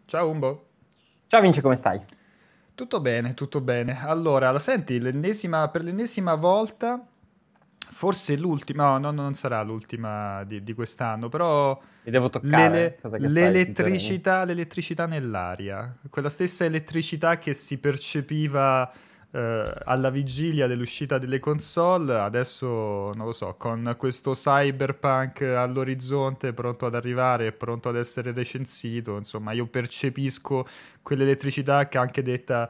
Ciao Umbo. Ciao Vince, come stai? Tutto bene, tutto bene. Allora, la senti, per l'ennesima volta, forse l'ultima, no, non sarà l'ultima di quest'anno, però Mi devo toccare? Cos'è che stai suggerendo? l'elettricità nell'aria, quella stessa elettricità che si percepiva alla vigilia dell'uscita delle console, adesso non lo so, con questo cyberpunk all'orizzonte pronto ad arrivare e pronto ad essere recensito, insomma, io percepisco quell'elettricità che ha anche detta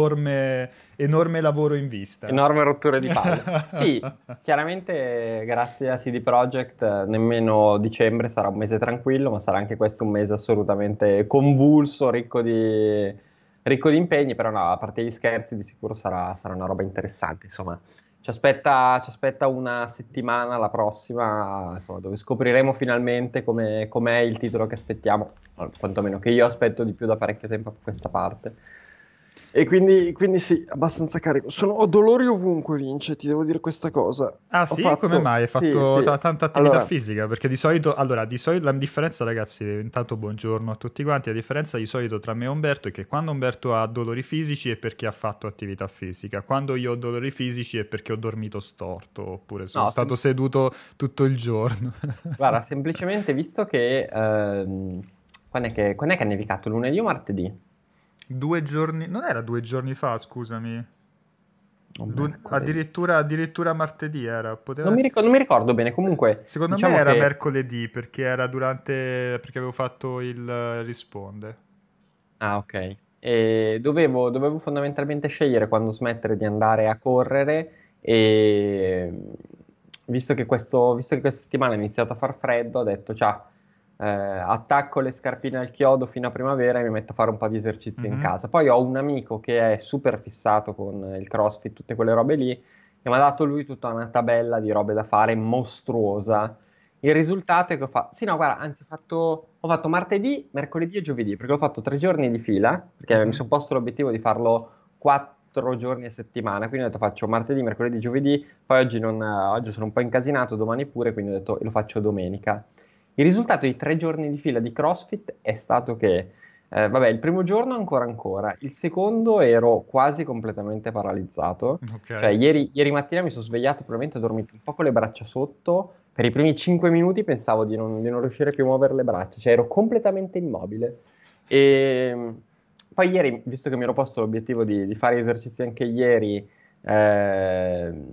enorme lavoro in vista. Enorme rotture di palle. Sì, chiaramente grazie a CD Projekt nemmeno dicembre sarà un mese tranquillo, ma sarà anche questo un mese assolutamente convulso, ricco di impegni, però no, a parte gli scherzi di sicuro sarà una roba interessante, insomma. Ci aspetta una settimana, la prossima, insomma, dove scopriremo finalmente com'è il titolo che aspettiamo, o quantomeno che io aspetto di più da parecchio tempo a questa parte. E quindi sì, abbastanza carico. Ho dolori ovunque, Vince, ti devo dire questa cosa. Ah Ho sì? Come fatto... mai? Hai Sì, fatto sì. tanta attività Allora, fisica? Perché di solito, allora, di solito la differenza, ragazzi, intanto buongiorno a tutti quanti, la differenza di solito tra me e Umberto è che quando Umberto ha dolori fisici è perché ha fatto attività fisica, quando io ho dolori fisici è perché ho dormito storto, oppure sono no, stato seduto tutto il giorno. guarda, semplicemente visto che... quando è che ha nevicato? Lunedì o martedì? 2 giorni, non era 2 giorni fa, scusami. O mercoledì. Addirittura martedì era, poteva Non mi essere. ricor- non mi ricordo bene. Comunque, Secondo me diciamo era che... mercoledì perché perché avevo fatto il risponde. Ah, ok. E dovevo fondamentalmente scegliere quando smettere di andare a correre e visto che questa settimana è iniziato a far freddo, ho detto, ciao, attacco le scarpine al chiodo fino a primavera e mi metto a fare un po' di esercizi in Mhm. casa. Poi ho un amico che è super fissato con il CrossFit, tutte quelle robe lì, e mi ha dato lui tutta una tabella di robe da fare mostruosa. Il risultato è che ho fatto, sì, no, guarda, anzi, ho fatto martedì, mercoledì e giovedì, perché ho fatto 3 giorni di fila, perché mi Mhm. sono posto l'obiettivo di farlo 4 giorni a settimana, quindi ho detto faccio martedì, mercoledì, giovedì, poi oggi sono un po' incasinato, domani pure, quindi ho detto lo faccio domenica. Il risultato di 3 giorni di fila di CrossFit è stato che, vabbè, il primo giorno ancora, il secondo ero quasi completamente paralizzato, Ok. cioè ieri mattina mi sono svegliato, probabilmente ho dormito un po' con le braccia sotto, per i primi 5 minuti pensavo di non riuscire più a muovere le braccia, cioè ero completamente immobile. E poi ieri, visto che mi ero posto l'obiettivo di fare esercizi anche ieri, ehm,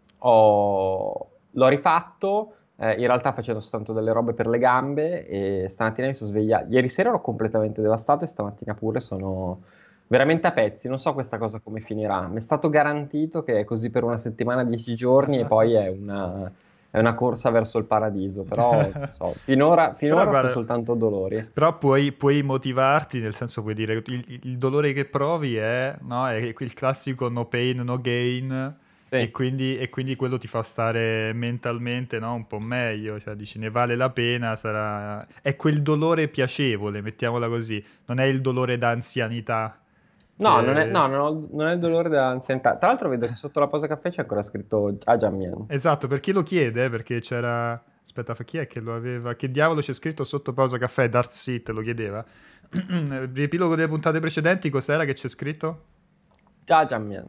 l'ho rifatto. In realtà facendo soltanto delle robe per le gambe e stamattina mi sono svegliato. Ieri sera ero completamente devastato e stamattina pure sono veramente a pezzi. Non so questa cosa come finirà. Mi è stato garantito che è così per una settimana, 10 giorni e poi è una corsa verso il paradiso. Però, non so, finora, Però finora sono guarda, soltanto dolori. però puoi motivarti, nel senso puoi dire il dolore che provi è, no, è il classico no pain, no gain, e Sì. quindi quello ti fa stare mentalmente, no, un po' meglio, cioè dici ne vale la pena, è quel dolore piacevole, mettiamola così, non è il dolore da anzianità No, non è, che. no, non è il dolore dell'anzianità. Tra l'altro vedo che sotto la pausa caffè c'è ancora scritto Ajamian. Esatto, per chi lo chiede, perché c'era. Aspetta, chi è che lo aveva? Che diavolo c'è scritto sotto pausa caffè? Darth Seat lo chiedeva. Riepilogo delle puntate precedenti, cos'era che c'è scritto? Jajamian.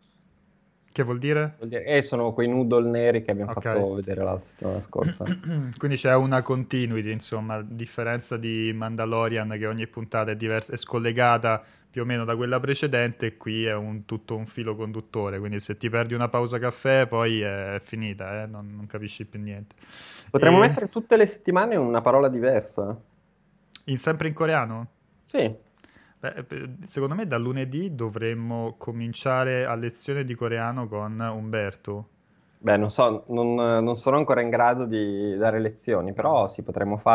Che vuol dire? Sono quei noodle neri che abbiamo Ok. fatto vedere la settimana scorsa. Quindi c'è una continuity, insomma, a differenza di Mandalorian che ogni puntata è diversa, è scollegata più o meno da quella precedente, e qui è tutto un filo conduttore, quindi se ti perdi una pausa caffè poi è finita, non capisci più niente. Potremmo E mettere tutte le settimane una parola diversa? sempre in coreano? Sì. Beh, secondo me da lunedì dovremmo cominciare a lezione di coreano con Umberto. Beh, non so, non sono ancora in grado di dare lezioni, però sì,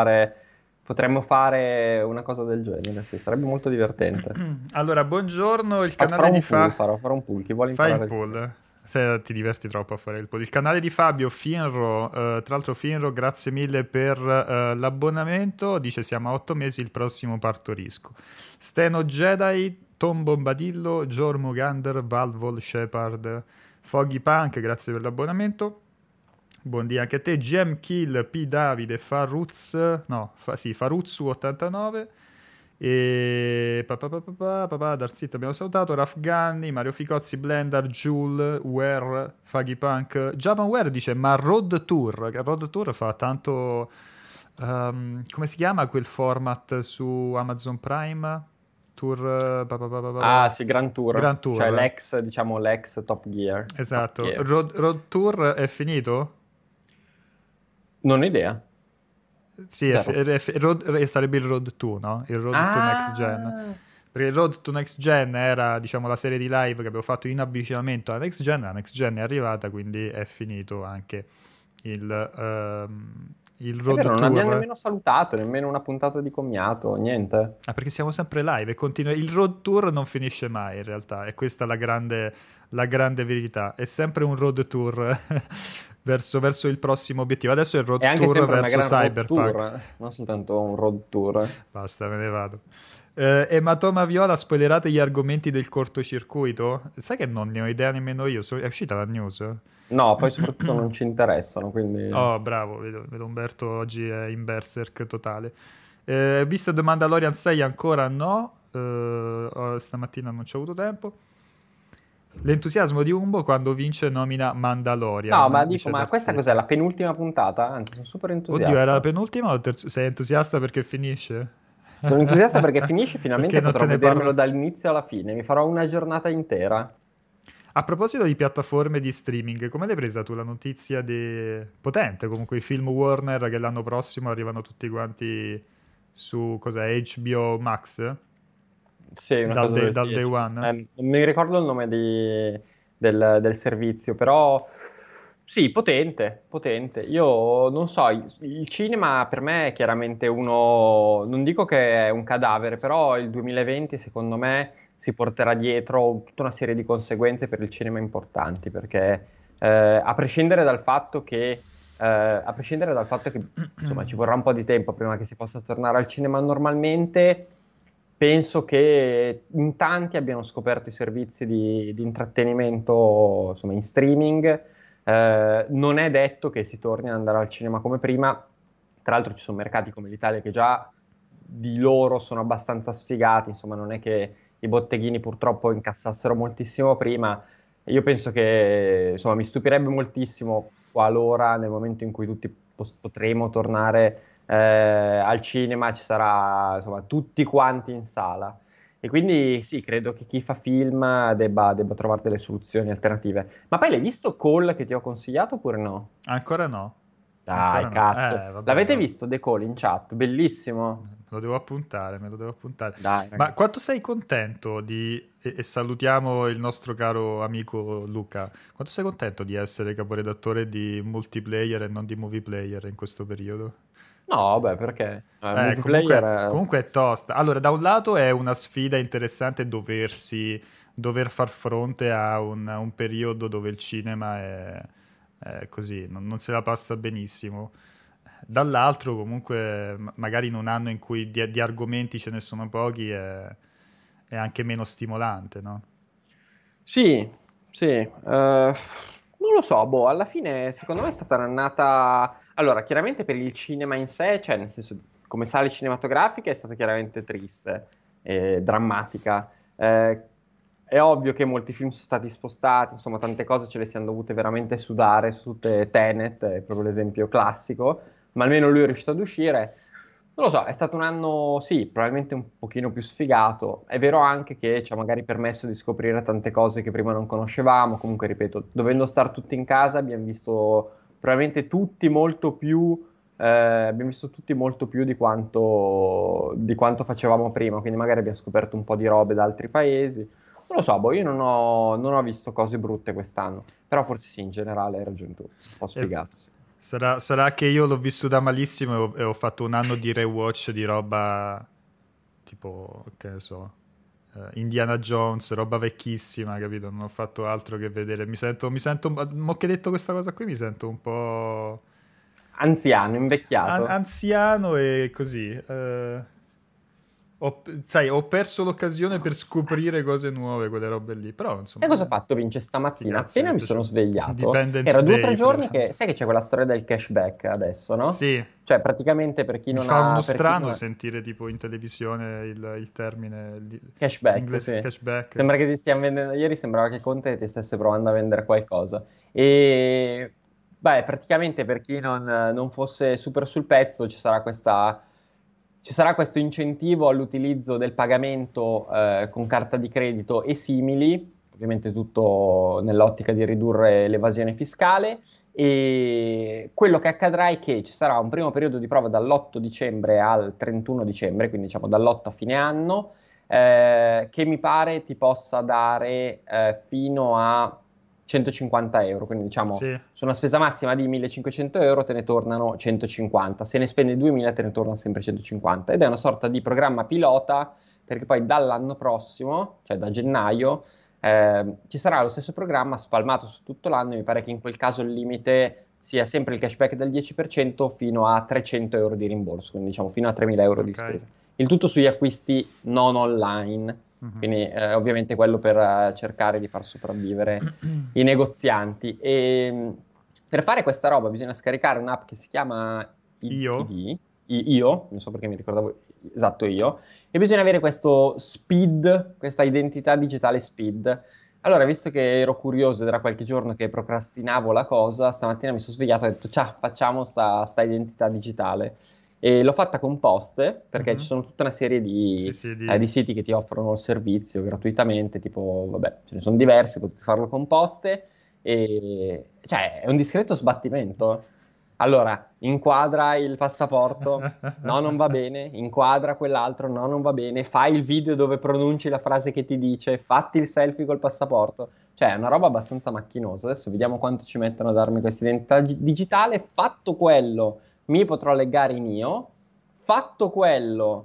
potremmo fare una cosa del genere, sì, sarebbe molto divertente. Allora, buongiorno, il Farò canale di un pool, Fa. farò un pool, chi vuole Fai il imparare il coreano. poll. Se ti diverti troppo a fare il poll. Il canale di Fabio Finro, tra l'altro Finro, grazie mille per l'abbonamento. Dice siamo a 8 mesi, il prossimo partorisco. Steno Jedi, Tom Bombadillo, Jormo Gander, Valvol Shepard, Foggy Punk, grazie per l'abbonamento. Buondì anche a te. GM Kill, P Davide, Faruz, no, sì, Faruzzu89. E Darzit abbiamo salutato, Raf Gunny, Mario Ficozzi, Blender, Joule, Ware, Faggy Punk, Japanware dice ma Road Tour, che Road Tour fa tanto come si chiama quel format su Amazon Prime? Tour Ah, sì, Grand Tour, Grand cioè Tour, l'ex, diciamo, l'ex Top Gear. Top esatto. Gear. Road Tour è finito? Non ho idea, Sì, zero. sarebbe il Road to, no? Il Road to Next Gen. Ah, Perché il Road to Next Gen era, diciamo, la serie di live che avevo fatto in avvicinamento alla Next Gen. La Next Gen è arrivata, quindi è finito anche il è vero, Road non abbiamo Tour. nemmeno salutato, nemmeno una puntata di commiato, niente. Ah, perché siamo sempre live e continua. Il road tour non finisce mai, in realtà, e questa è la grande verità. È sempre un road tour verso il prossimo obiettivo. Adesso è il È road anche tour sempre una verso gran road Cyberpunk. tour, non soltanto un road tour. Basta, me ne vado. Ematoma Viola, spoilerate gli argomenti del cortocircuito? Sai che non ne ho idea nemmeno io. È uscita la news? No, poi soprattutto non ci interessano, quindi... Oh, bravo, vedo Umberto oggi è in berserk totale. Visto The Mandalorian 6 ancora no, stamattina non ci ho avuto tempo. L'entusiasmo di Umbo quando vince nomina No, Mandalorian, ma dico, dice ma questa cos'è? Darzit. La penultima puntata? Anzi, sono super Oddio, era la entusiasta. penultima o sei entusiasta perché finisce? Sono entusiasta perché finisce, Perché finalmente non potrò te ne vedermelo parlo? dall'inizio alla fine. Mi farò una giornata intera. A proposito di piattaforme di streaming, come l'hai presa tu la notizia potente comunque i film Warner che l'anno prossimo arrivano tutti quanti su cos'è, HBO Max? Sì, una cosa del Dal sì. day one? Non mi ricordo il nome del servizio, però sì, potente, potente. Io non so, il cinema per me è chiaramente uno, non dico che è un cadavere, però il 2020 secondo me si porterà dietro tutta una serie di conseguenze per il cinema importanti, perché a prescindere dal fatto che insomma ci vorrà un po' di tempo prima che si possa tornare al cinema normalmente. Penso che in tanti abbiano scoperto i servizi di intrattenimento, insomma, in streaming. Non è detto che si torni ad andare al cinema come prima. Tra l'altro ci sono mercati come l'Italia che già di loro sono abbastanza sfigati, insomma, non è che i botteghini purtroppo incassassero moltissimo prima. Io penso che, insomma, mi stupirebbe moltissimo qualora nel momento in cui tutti potremo tornare al cinema, ci sarà insomma tutti quanti in sala. E quindi sì, credo che chi fa film debba trovare delle soluzioni alternative. Ma poi l'hai visto Call che ti ho consigliato oppure no? Ancora no. Dai, Ancora no. cazzo. Vabbè, L'avete visto The Call in chat? Bellissimo. me lo devo appuntare, me lo devo appuntare. Dai, Ma ragazzi. quanto sei contento e salutiamo il nostro caro amico Luca, quanto sei contento di essere caporedattore di multiplayer e non di movie player in questo periodo? No, beh, perché? Comunque, Multiplayer... comunque è tosta. Allora, da un lato è una sfida interessante dover far fronte a un periodo dove il cinema è così, non se la passa benissimo. Dall'altro, comunque, magari in un anno in cui di argomenti ce ne sono pochi, è anche meno stimolante, no? Sì, sì, non lo so, boh, alla fine secondo me è stata un'annata... Allora, chiaramente per il cinema in sé, cioè nel senso come sale cinematografica è stata chiaramente triste e drammatica. È ovvio che molti film sono stati spostati, insomma tante cose ce le siamo dovute veramente sudare su tutte Tenet, è proprio l'esempio classico, ma almeno lui è riuscito ad uscire. Non lo so, è stato un anno, sì, probabilmente un pochino più sfigato. È vero anche che ci ha magari permesso di scoprire tante cose che prima non conoscevamo. Comunque, ripeto, dovendo stare tutti in casa, abbiamo visto probabilmente tutti molto più, abbiamo visto tutti molto più di quanto facevamo prima. Quindi magari abbiamo scoperto un po' di robe da altri paesi. Non lo so, boh, io non ho visto cose brutte quest'anno. Però forse sì, in generale hai ragione tu. Un po' E sfigato, sì. sarà che io l'ho vissuta malissimo e ho fatto un anno di rewatch di roba tipo, che ne so, Indiana Jones, roba vecchissima, capito? Non ho fatto altro che vedere. Mo che hai detto questa cosa qui, mi sento un po' Anziano, invecchiato. anziano e così. ho perso l'occasione per scoprire cose nuove, quelle robe lì. Però, Sai insomma, cosa ho fatto, Vince, sti stamattina? cazzi, mi Appena è mi sono piaciuto. svegliato, Independence era 2 o 3 Day, giorni che... Sai che c'è quella storia del cashback adesso, no? Sì, Cioè, praticamente per chi mi non fa uno ha... Per chi strano non ha... sentire tipo in televisione il termine, Cashback, l'inglese sì. cashback. Sembra che ti stiamo vendendo... Ieri sembrava che Conte ti stesse provando a vendere qualcosa. E... Beh, praticamente per chi non fosse super sul pezzo, ci sarà questo incentivo all'utilizzo del pagamento con carta di credito e simili, ovviamente tutto nell'ottica di ridurre l'evasione fiscale. E quello che accadrà è che ci sarà un primo periodo di prova dall'8 dicembre al 31 dicembre, quindi diciamo dall'8 a fine anno, che mi pare ti possa dare fino a 150 euro, quindi diciamo Sì, su una spesa massima di 1500 euro te ne tornano 150, se ne spendi 2000 te ne tornano sempre 150 ed è una sorta di programma pilota perché poi dall'anno prossimo, cioè da gennaio, ci sarà lo stesso programma spalmato su tutto l'anno e mi pare che in quel caso il limite sia sempre il cashback del 10% fino a 300 euro di rimborso, quindi diciamo fino a 3000 euro di ok. spesa. Il tutto sugli acquisti non online, Mhm. quindi ovviamente quello per cercare di far sopravvivere i negozianti. E per fare questa roba bisogna scaricare un'app che si chiama Io? ID, Io, non so perché mi ricordavo esatto io, e bisogna avere questo speed, questa identità digitale speed. Allora, visto che ero curioso ed era qualche giorno che procrastinavo la cosa, stamattina mi sono svegliato e ho detto, ciao, facciamo sta identità digitale. E l'ho fatta con Poste, perché ci Mhm. sono tutta una serie Sì, di, sì, di siti che ti offrono il servizio gratuitamente, tipo, vabbè, ce ne sono diversi, potete farlo con Poste, e cioè è un discreto sbattimento. Allora, inquadra il passaporto, no, non va bene, inquadra quell'altro, no, non va bene, fai il video dove pronunci la frase che ti dice, fatti il selfie col passaporto. Cioè, è una roba abbastanza macchinosa. Adesso vediamo quanto ci mettono a darmi questa identità digitale. Fatto quello, mi potrò legare in io. Fatto quello,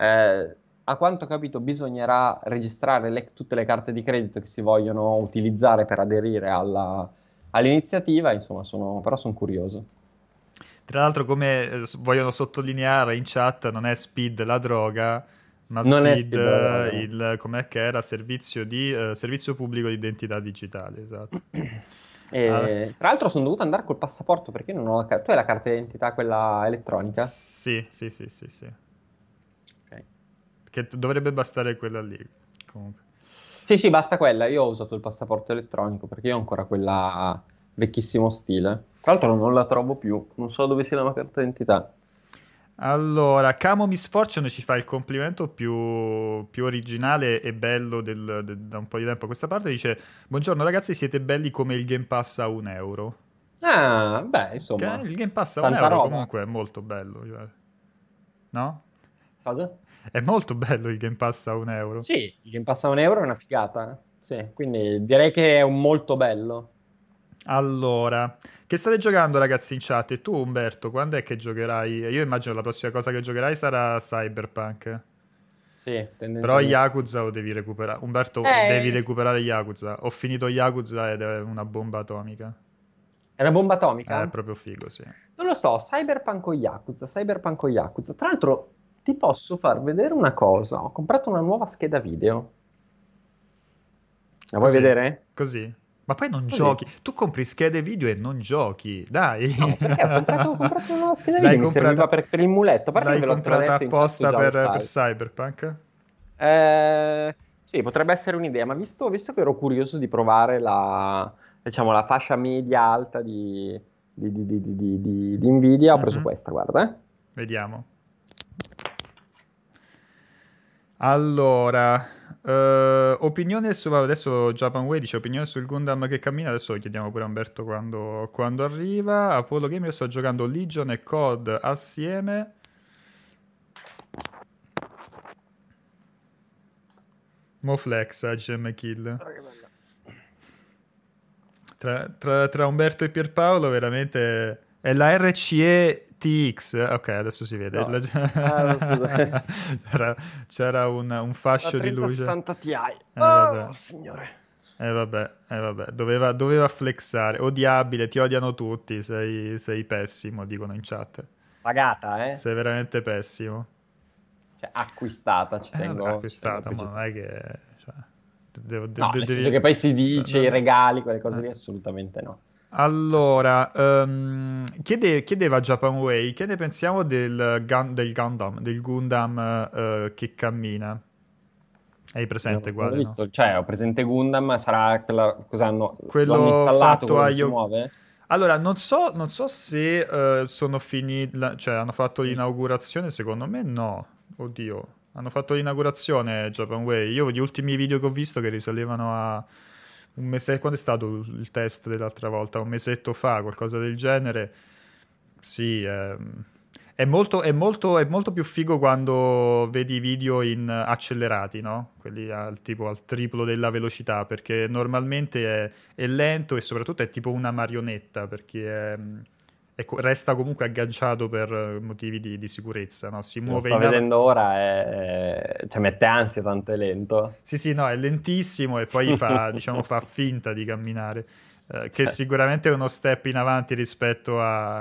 a quanto ho capito, bisognerà registrare tutte le carte di credito che si vogliono utilizzare per aderire all'iniziativa. Insomma, però sono curioso. Tra l'altro, come vogliono sottolineare in chat, non è Speed la droga, ma Non è Speed speed la droga, no? com'è che era? Servizio pubblico di identità digitale, esatto. Ah, E, tra l'altro sono dovuto andare col passaporto perché non ho la carta. Tu hai la carta d'identità, quella elettronica? sì, sì, sì, sì, sì. Ok. Che dovrebbe bastare quella lì, comunque. Sì, sì, basta quella. Io ho usato il passaporto elettronico perché io ho ancora quella vecchissimo stile. Tra l'altro non la trovo più. Non so dove sia la mia carta d'identità. Allora, Camo Miss Fortune ci fa il complimento più originale e bello da un po' di tempo a questa parte. Dice: Buongiorno ragazzi, siete belli come il Game Pass a 1 euro. Ah, beh, Che insomma, il Game Pass a un tanta euro roba. comunque è molto bello, cioè, no? Cosa? È molto bello il Game Pass a 1 euro. Sì, il Game Pass a 1 euro è una figata. Sì, quindi direi che è un molto bello. Allora, che state giocando ragazzi in chat? E tu Umberto, quando è che giocherai? Io immagino la prossima cosa che giocherai sarà Cyberpunk. Sì, Però tendenzialmente sì. Yakuza lo devi recuperare. Umberto, devi Sì. recuperare Yakuza. Ho finito Yakuza ed è una bomba atomica. È una bomba È atomica? proprio figo, sì. Non lo so, Cyberpunk o Yakuza, Cyberpunk o Yakuza. Tra l'altro, ti posso far vedere una cosa. Ho comprato una nuova scheda video. La vuoi Così, vedere? così. Ma poi non Così. giochi. Tu compri schede video e non giochi. Dai. No, perché ho comprato una nuova scheda video, L'hai mi serviva comprata, per il muletto. A parte che l'hai te l'ho comprata detto in chat, tu apposta già lo per sai. Cyberpunk? Sì, potrebbe essere un'idea, ma visto che ero curioso di provare diciamo, la fascia media alta di Nvidia, ho preso Mhm. questa, guarda. Vediamo. Allora, opinione su... Adesso Japan Way dice opinione sul Gundam che cammina. Adesso lo chiediamo pure a Umberto quando arriva. Apollo Gamer sto giocando Legion e COD assieme. Moflex, GM Kill. Guarda che bella. Tra Umberto e Pierpaolo veramente è la RCE TX. Ok, adesso si vede. No. Ah, no, scusa. C'era, c'era un La fascio di luce. 3060 Ti. Vabbè. Oh, signore. Vabbè. Doveva flexare. Odiabile, ti odiano tutti. Sei pessimo, dicono in chat. Pagata, eh? Sei veramente pessimo. Cioè, acquistata, Vabbè, ci tengo a acquistata, ma non precisare. è che... Cioè, No, nel senso che poi si dice i no. regali, quelle cose lì, Eh. assolutamente no. Acquisto. Allora, chiedeva Japan Way, che ne pensiamo del Gundam che cammina? Hai presente Non l'ho quale, no? visto, cioè ho presente Gundam, ma sarà quella, cosa hanno, l'hanno Quello installato, fatto quello a che si muove? Allora, non so se sono finiti, cioè hanno fatto Sì. l'inaugurazione, secondo me no. Oddio, hanno fatto l'inaugurazione Japan Way. Io gli ultimi video che ho visto che risalevano a un mese, quando è stato il test dell'altra volta? Un mesetto fa, qualcosa del genere. Sì, è molto più figo quando vedi i video in accelerati, no? Quelli tipo al triplo della velocità, perché normalmente è lento e soprattutto è tipo una marionetta, perché resta comunque agganciato per motivi di sicurezza, no? Si Lo muove sto in avanti. vedendo ora, cioè mette ansia, tanto è lento. Sì, sì, no, è lentissimo e poi diciamo, fa finta di camminare, che Cioè, sicuramente è uno step in avanti rispetto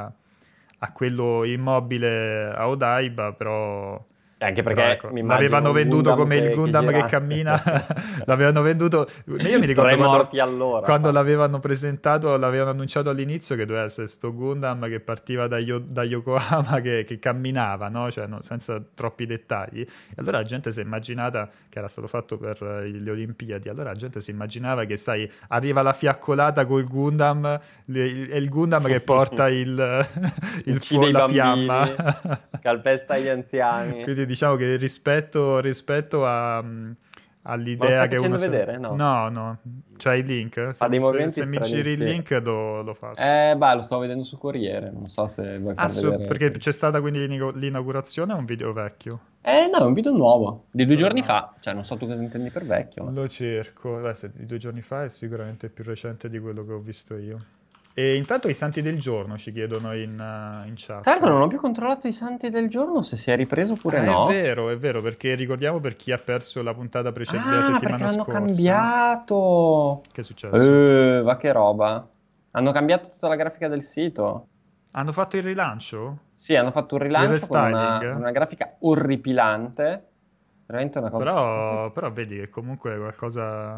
a quello immobile a Odaiba, però, anche però perché ecco, mi immagino l'avevano un venduto Gundam come il che Gundam che gira. cammina, l'avevano venduto, io mi Tre ricordo quando, morti all'ora quando fa. l'avevano presentato, l'avevano annunciato all'inizio che doveva essere sto Gundam che partiva da Yokohama che camminava, no? Cioè, senza troppi dettagli. E allora la gente si è immaginata che era stato fatto per le Olimpiadi. Allora la gente si immaginava che, sai, arriva la fiaccolata col Gundam, è il Gundam che porta Uccide i la fiamma. bambini, calpesta gli anziani. Quindi diciamo che rispetto Ma lo all'idea stai che uno... facendo vedere? No. No, no. C'hai il link? Fa dei movimenti Se mi giri il stranissimi. link lo faccio. Beh, lo sto vedendo su Corriere, non so se vuoi Ah, far vedere. perché c'è stata quindi l'inaugurazione o un video vecchio? No, è un video nuovo, di 2 giorni Ah, fa. Cioè, non so tu cosa intendi per vecchio, ma... lo cerco. Beh, se di 2 giorni fa è sicuramente più recente di quello che ho visto io. E intanto i santi del giorno ci chiedono in Tra l'altro chat. non ho più controllato i santi del giorno, se si è ripreso oppure Ah, no. è vero, perché ricordiamo per chi ha perso la puntata della Ah, perché settimana l'hanno scorsa. cambiato. Che è successo? Va che roba. Hanno cambiato tutta la grafica del sito. Hanno fatto il rilancio? Sì, hanno fatto un Il rilancio con restyling? una grafica orripilante. Veramente una cosa... Però vedi che comunque qualcosa...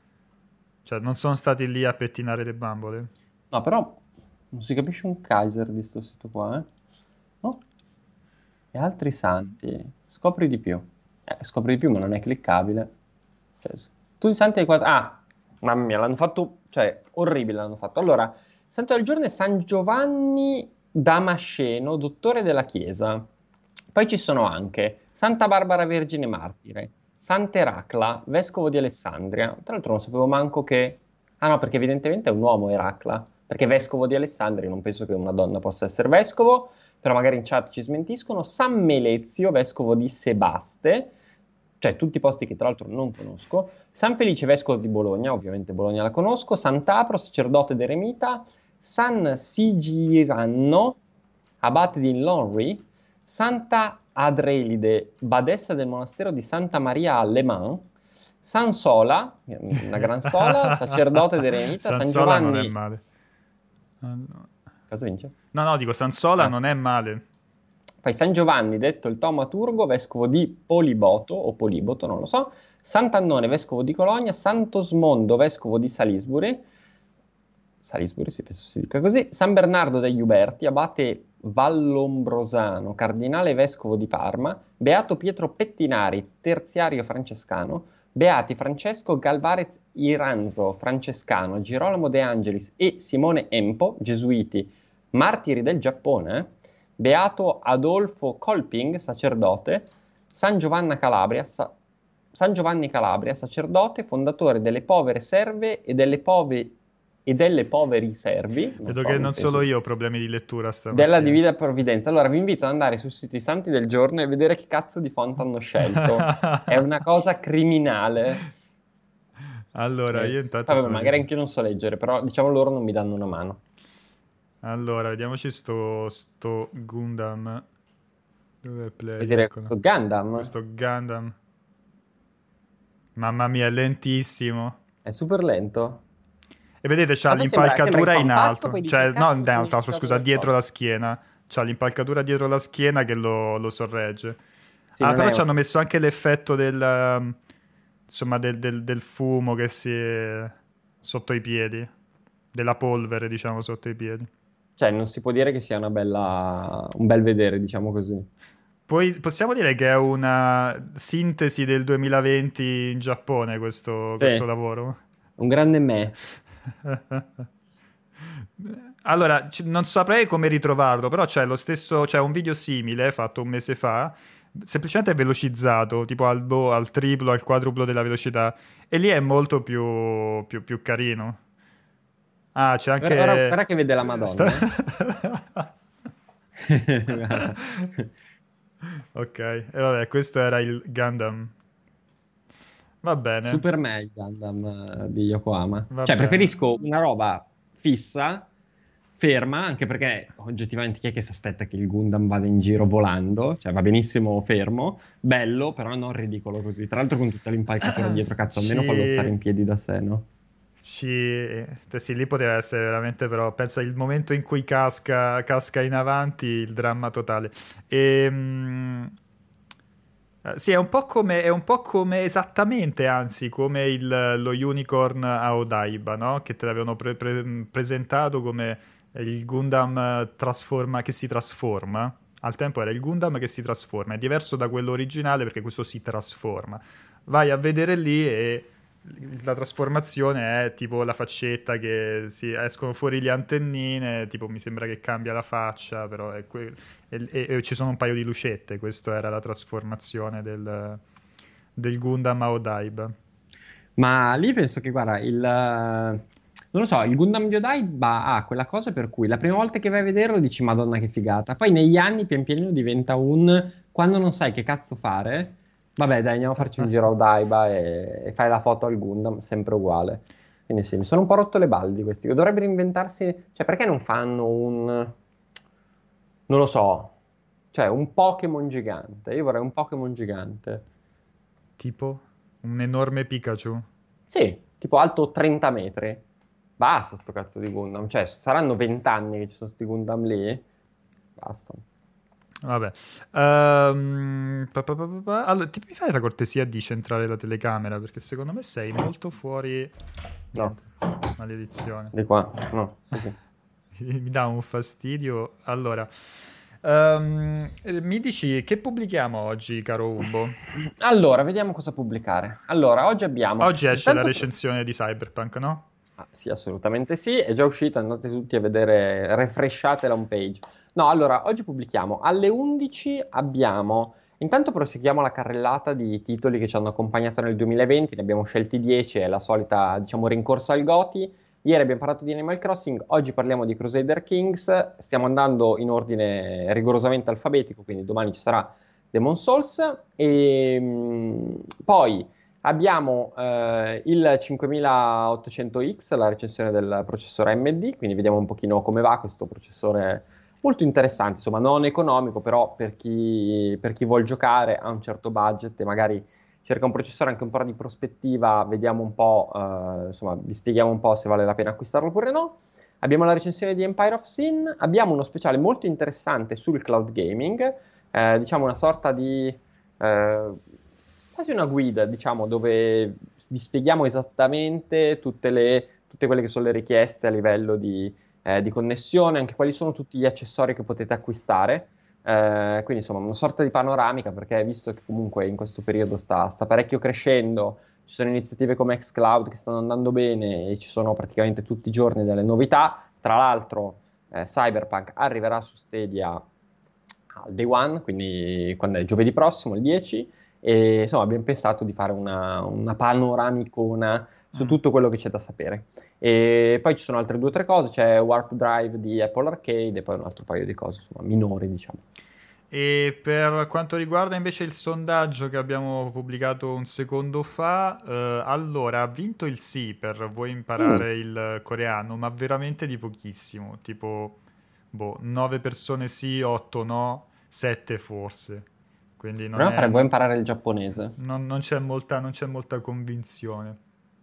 Cioè, non sono stati lì a pettinare le bambole. No, però non si capisce un Kaiser di sto sito qua, eh. Oh, e altri santi. Scopri di più. Scopri di più, ma non è cliccabile. Cioè, tutti i santi ai quattro... Ah, mamma mia, l'hanno fatto... Cioè, orribile l'hanno fatto. Allora, santo del giorno è San Giovanni Damasceno, dottore della Chiesa. Poi ci sono anche Santa Barbara Vergine Martire, Sant'Eracla, vescovo di Alessandria. Tra l'altro non sapevo manco che... Ah no, perché evidentemente è un uomo Eracla, perché vescovo di Alessandria, non penso che una donna possa essere vescovo, però magari in chat ci smentiscono. San Melezio, vescovo di Sebaste, cioè tutti i posti che tra l'altro non conosco. San Felice, vescovo di Bologna, ovviamente Bologna la conosco. Sant'Apro, sacerdote d'eremita. San Sigiranno, abate di Lonry. Santa Adrelide, badessa del monastero di Santa Maria a Le Mans. San Sola, una gran sola, sacerdote d'eremita. San Sansola non è Giovanni... male. No, Cosa vince? no, dico Sansola Ah. non è male. Poi San Giovanni, detto il taumaturgo, vescovo di Poliboto o Poliboto, non lo so. Sant'Annone, vescovo di Cologna. Sant'Osmondo, vescovo di Salisbury. Salisbury, sì, penso si dica così. San Bernardo degli Uberti, abate Vallombrosano, cardinale vescovo di Parma. Beato Pietro Pettinari, terziario francescano. Beati Francesco Galvarez Iranzo, francescano. Girolamo De Angelis e Simone Empo, gesuiti, martiri del Giappone. Beato Adolfo Kolping, sacerdote. San Giovanni Calabria, sacerdote, fondatore delle povere serve e delle poveri servi, non Vedo so, che non non solo penso, io ho problemi di lettura della stamattina. Divina Provvidenza. Allora vi invito ad andare sul sito I Santi del Giorno e vedere che cazzo di font hanno scelto. È una cosa criminale. Allora, io intanto Vabbè, sto magari vedendo. anche io non so leggere, però diciamo loro non mi danno una mano. Allora, vediamoci sto Gundam. Dove è play? Vedere Eccolo. questo Gundam Questo Gundam. Mamma mia, è lentissimo. è super lento. E vedete, c'ha Ma poi sembra che l'impalcatura fa in un passo, alto. poi dice Cioè, no, cazzo, in sono alto, impiccato scusa, del dietro tot. la schiena. C'ha l'impalcatura dietro la schiena che lo sorregge. Sì, Ah, non però è... ci hanno messo anche l'effetto insomma, del fumo che si sotto i piedi, della polvere, diciamo, sotto i piedi. Cioè, non si può dire che sia un bel vedere, diciamo così. Poi possiamo dire che è una sintesi del 2020 in Giappone questo Sì, lavoro? un grande me. Allora, non saprei come ritrovarlo, però c'è un video simile fatto un mese fa, semplicemente velocizzato, tipo al triplo, al quadruplo della velocità, e lì è molto più carino. Ah, c'è Ora, anche... ora che vede la sta- Madonna. Guarda. Ok, e vabbè, questo era il Gundam. Va bene, Super me il Gundam di Yokohama. va Cioè, bene. preferisco una roba fissa, ferma, anche perché oggettivamente chi è che si aspetta che il Gundam vada in giro volando? Cioè, va benissimo fermo, bello, però non ridicolo così. Tra l'altro con tutta l'impalcatura dietro, cazzo, almeno fallo stare Ci... in piedi da sé, no? Sì, lì poteva essere veramente, però pensa il momento in cui casca in avanti, il dramma totale. Sì, è un po' come esattamente, anzi, come lo Unicorn a Odaiba, no? Che te l'avevano presentato come il Gundam che si trasforma. Al tempo era il Gundam che si trasforma, è diverso da quello originale perché questo si trasforma. Vai a vedere lì e la trasformazione è tipo la faccetta che escono fuori le antennine, tipo mi sembra che cambia la faccia, però e ci sono un paio di lucette, questa era la trasformazione del Gundam a Odaiba. Ma lì penso che, guarda, non lo so, il Gundam di Odaiba ha quella cosa per cui la prima volta che vai a vederlo dici Madonna che figata, poi negli anni pian pianino diventa quando non sai che cazzo fare, vabbè dai andiamo a farci un giro a Odaiba e fai la foto al Gundam, sempre uguale. Quindi sì, mi sono un po' rotto le balle di questi. Dovrebbero inventarsi, cioè perché non fanno non lo so, cioè un Pokémon gigante, io vorrei un Pokémon gigante. Tipo un enorme Pikachu. Sì, tipo alto 30 metri. Basta sto cazzo di Gundam. Cioè, saranno 20 anni che ci sono sti Gundam lì. Basta. Vabbè. Allora, mi fai la cortesia di centrare la telecamera? Perché secondo me sei molto fuori... No, Niente, maledizione. di qua. No, così. Mi dà un fastidio. Allora, mi dici che pubblichiamo oggi, caro Umbo? Allora, vediamo cosa pubblicare. Allora, oggi abbiamo... Oggi esce la Intanto... recensione di Cyberpunk, no? Ah, sì, assolutamente sì, è già uscita, andate tutti a vedere, refreshate la home page. No, allora, oggi pubblichiamo alle 11 abbiamo, intanto proseguiamo la carrellata di titoli che ci hanno accompagnato nel 2020, ne abbiamo scelti 10, è la solita, diciamo, rincorsa al GOTY. Ieri abbiamo parlato di Animal Crossing, oggi parliamo di Crusader Kings, stiamo andando in ordine rigorosamente alfabetico, quindi domani ci sarà Demon Souls e poi... Abbiamo il 5800X, la recensione del processore AMD, quindi vediamo un pochino come va questo processore molto interessante, insomma non economico, però per chi vuol giocare a un certo budget e magari cerca un processore anche un po' di prospettiva, vediamo un po', insomma vi spieghiamo un po' se vale la pena acquistarlo oppure no. Abbiamo la recensione di Empire of Sin, abbiamo uno speciale molto interessante sul cloud gaming, diciamo una sorta di quasi una guida, diciamo, dove vi spieghiamo esattamente tutte quelle che sono le richieste a livello di connessione, anche quali sono tutti gli accessori che potete acquistare. Quindi insomma una sorta di panoramica perché visto che comunque in questo periodo sta parecchio crescendo, ci sono iniziative come xCloud che stanno andando bene e ci sono praticamente tutti i giorni delle novità. Tra l'altro Cyberpunk arriverà su Stadia al day one, quindi quando è giovedì prossimo, il 10, e insomma abbiamo pensato di fare una panoramicona su Mm. tutto quello che c'è da sapere. E poi ci sono altre due o tre cose, c'è Warp Drive di Apple Arcade e poi un altro paio di cose, insomma, minori, diciamo. E per quanto riguarda invece il sondaggio che abbiamo pubblicato un secondo fa, allora ha vinto il sì per vuoi Mm. imparare il coreano, ma veramente di pochissimo, tipo boh, 9 persone sì, 8 no, 7 forse. Quindi non Prima è, vuoi imparare il giapponese? non c'è molta convinzione.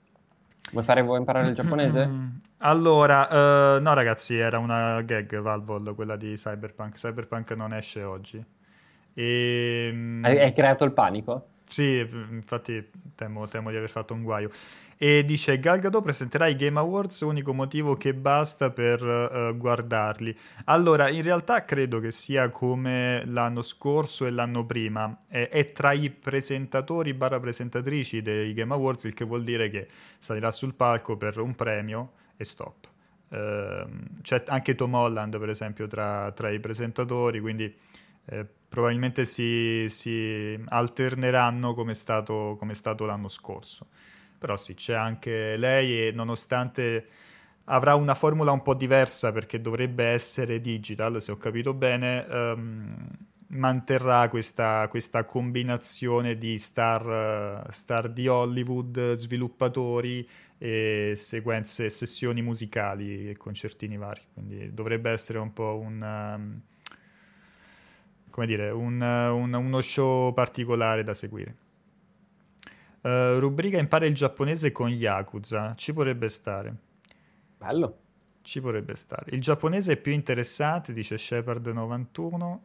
Vuoi imparare il giapponese? Allora, no ragazzi, era una gag Valvol, quella di Cyberpunk. Cyberpunk non esce oggi. E, Hai creato il panico? sì, infatti temo di aver fatto un guaio. E dice Gal Gadot presenterà i Game Awards, unico motivo che basta per guardarli. Allora, in realtà credo che sia come l'anno scorso e l'anno prima. È tra i presentatori barra presentatrici dei Game Awards, il che vuol dire che salirà sul palco per un premio e stop. C'è anche Tom Holland, per esempio, tra i presentatori, quindi probabilmente si alterneranno come è stato l'anno scorso. Però sì, c'è anche lei e nonostante avrà una formula un po' diversa perché dovrebbe essere digital, se ho capito bene, manterrà questa combinazione di star di Hollywood, sviluppatori e sequenze, sessioni musicali e concertini vari. Quindi dovrebbe essere un po' come dire, uno show particolare da seguire. Rubrica impara il giapponese con Yakuza. Ci potrebbe stare. Bello. Ci potrebbe stare. Il giapponese è più interessante, dice Shepard91.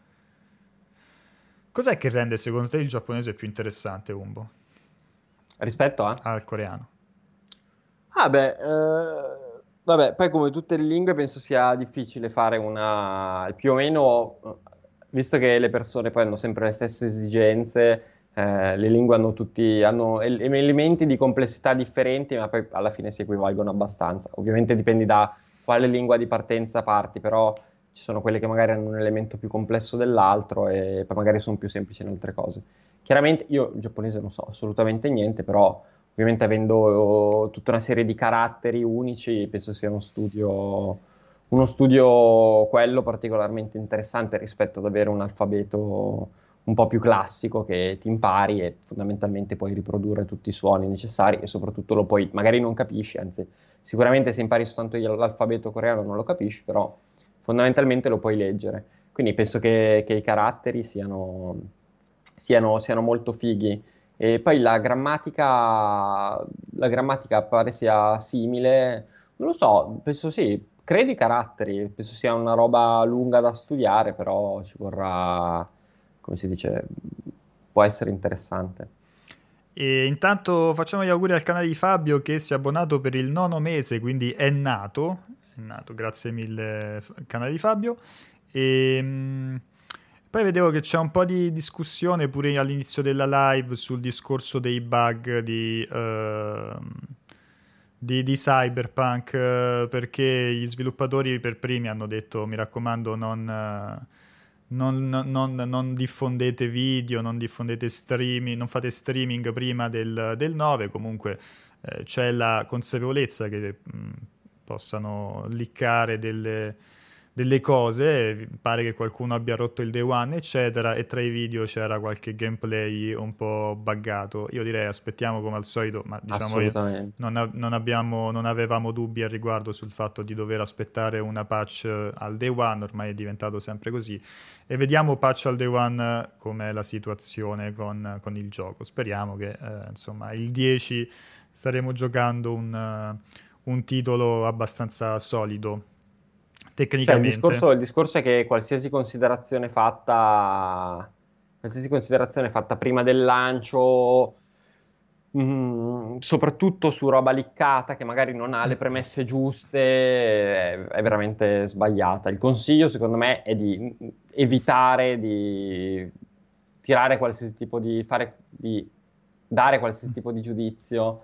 Cos'è che rende secondo te il giapponese più interessante, Umbo? Rispetto a? Al coreano. Ah beh, vabbè, poi come tutte le lingue penso sia difficile fare una, più o meno, visto che le persone poi hanno sempre le stesse esigenze, le lingue hanno tutti, hanno elementi di complessità differenti, ma poi alla fine si equivalgono abbastanza. Ovviamente dipende da quale lingua di partenza parti, però ci sono quelle che magari hanno un elemento più complesso dell'altro e poi magari sono più semplici in altre cose. Chiaramente io il giapponese non so assolutamente niente, però ovviamente avendo tutta una serie di caratteri unici, penso sia uno studio quello particolarmente interessante rispetto ad avere un alfabeto un po' più classico che ti impari e fondamentalmente puoi riprodurre tutti i suoni necessari e soprattutto lo puoi, magari non capisci, anzi sicuramente se impari soltanto l'alfabeto coreano non lo capisci, però fondamentalmente lo puoi leggere. Quindi penso che i caratteri siano molto fighi. E poi la grammatica pare sia simile, non lo so, penso sì, credo i caratteri, penso sia una roba lunga da studiare, però ci vorrà, come si dice, può essere interessante. E intanto facciamo gli auguri al canale di Fabio che si è abbonato per il 9º mese, quindi è nato. È nato, grazie mille, canale di Fabio. E poi vedevo che c'è un po' di discussione pure all'inizio della live sul discorso dei bug di Cyberpunk, perché gli sviluppatori per primi hanno detto, mi raccomando, non diffondete video, non diffondete streaming, non fate streaming prima del 9, comunque c'è la consapevolezza che possano liccare delle cose, pare che qualcuno abbia rotto il day one, eccetera, e tra i video c'era qualche gameplay un po' buggato. Io direi aspettiamo come al solito, ma diciamo io Assolutamente. non avevamo dubbi al riguardo sul fatto di dover aspettare una patch al day one, ormai è diventato sempre così, e vediamo patch al day one com'è la situazione con il gioco. Speriamo che insomma il 10 staremo giocando un titolo abbastanza solido Cioè, il tecnicamente. discorso, il discorso è che qualsiasi considerazione fatta prima del lancio, soprattutto su roba liccata che magari non ha le premesse giuste, è veramente sbagliata. Il consiglio, secondo me, è di evitare di tirare qualsiasi tipo di dare qualsiasi tipo di giudizio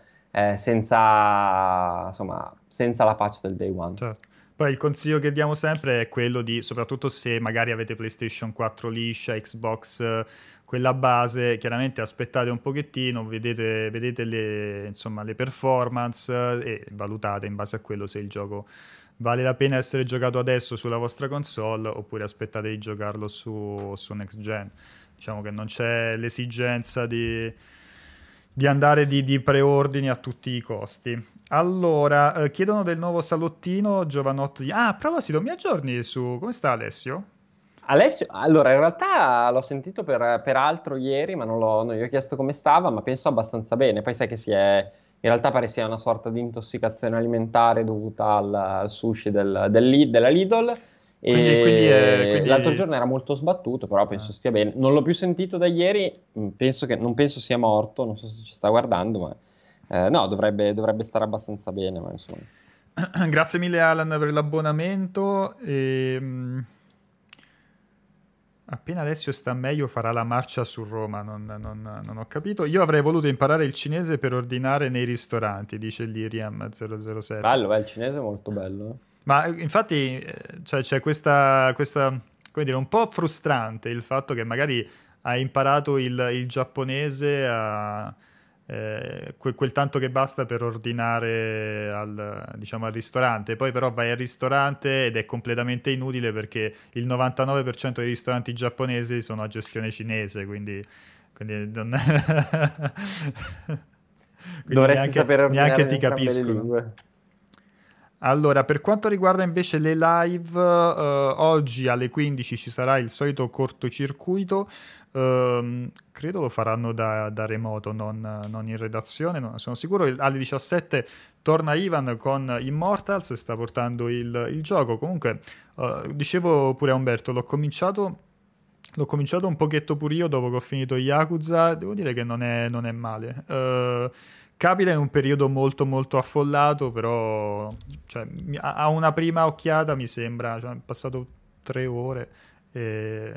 senza la patch del day one. Certo. Poi il consiglio che diamo sempre è quello di, soprattutto se magari avete PlayStation 4 liscia, Xbox, quella base, chiaramente aspettate un pochettino, vedete insomma, le performance e valutate in base a quello se il gioco vale la pena essere giocato adesso sulla vostra console oppure aspettate di giocarlo su next gen. Diciamo che non c'è l'esigenza di andare di preordini a tutti i costi. Allora, chiedono del nuovo salottino Giovanotto. Ah, a proposito, mi aggiorni su come sta Alessio? Alessio, allora in realtà l'ho sentito per altro ieri, ma non gli ho chiesto come stava, ma penso abbastanza bene. Poi sai che in realtà pare sia una sorta di intossicazione alimentare dovuta al sushi della Lidl E l'altro quindi... giorno era molto sbattuto, però penso ah. stia bene. Non l'ho più sentito da ieri, non penso sia morto, non so se ci sta guardando, ma no, dovrebbe stare abbastanza bene, ma insomma. Grazie mille Alan per l'abbonamento. Appena Alessio sta meglio farà la marcia su Roma, non ho capito. Io avrei voluto imparare il cinese per ordinare nei ristoranti, dice Liriam 007. Bello, il cinese è molto bello. Ma infatti cioè, c'è questa, come dire, un po' frustrante il fatto che magari hai imparato il giapponese a quel tanto che basta per ordinare diciamo, al ristorante, poi però vai al ristorante ed è completamente inutile perché il 99% dei ristoranti giapponesi sono a gestione cinese, quindi quindi Dovresti neanche, sapere ordinare neanche in ti entrambe le capiscono. lingue. Allora, per quanto riguarda invece le live, oggi alle 15 ci sarà il solito cortocircuito. Credo lo faranno da remoto, non in redazione, non sono sicuro. Alle 17 torna Ivan con Immortals, sta portando il gioco. Comunque, dicevo pure a Umberto, l'ho cominciato un pochetto pure io dopo che ho finito Yakuza. Devo dire che non è male. Capita in un periodo molto molto affollato, però cioè, a una prima occhiata mi sembra, cioè, è passato 3 ore e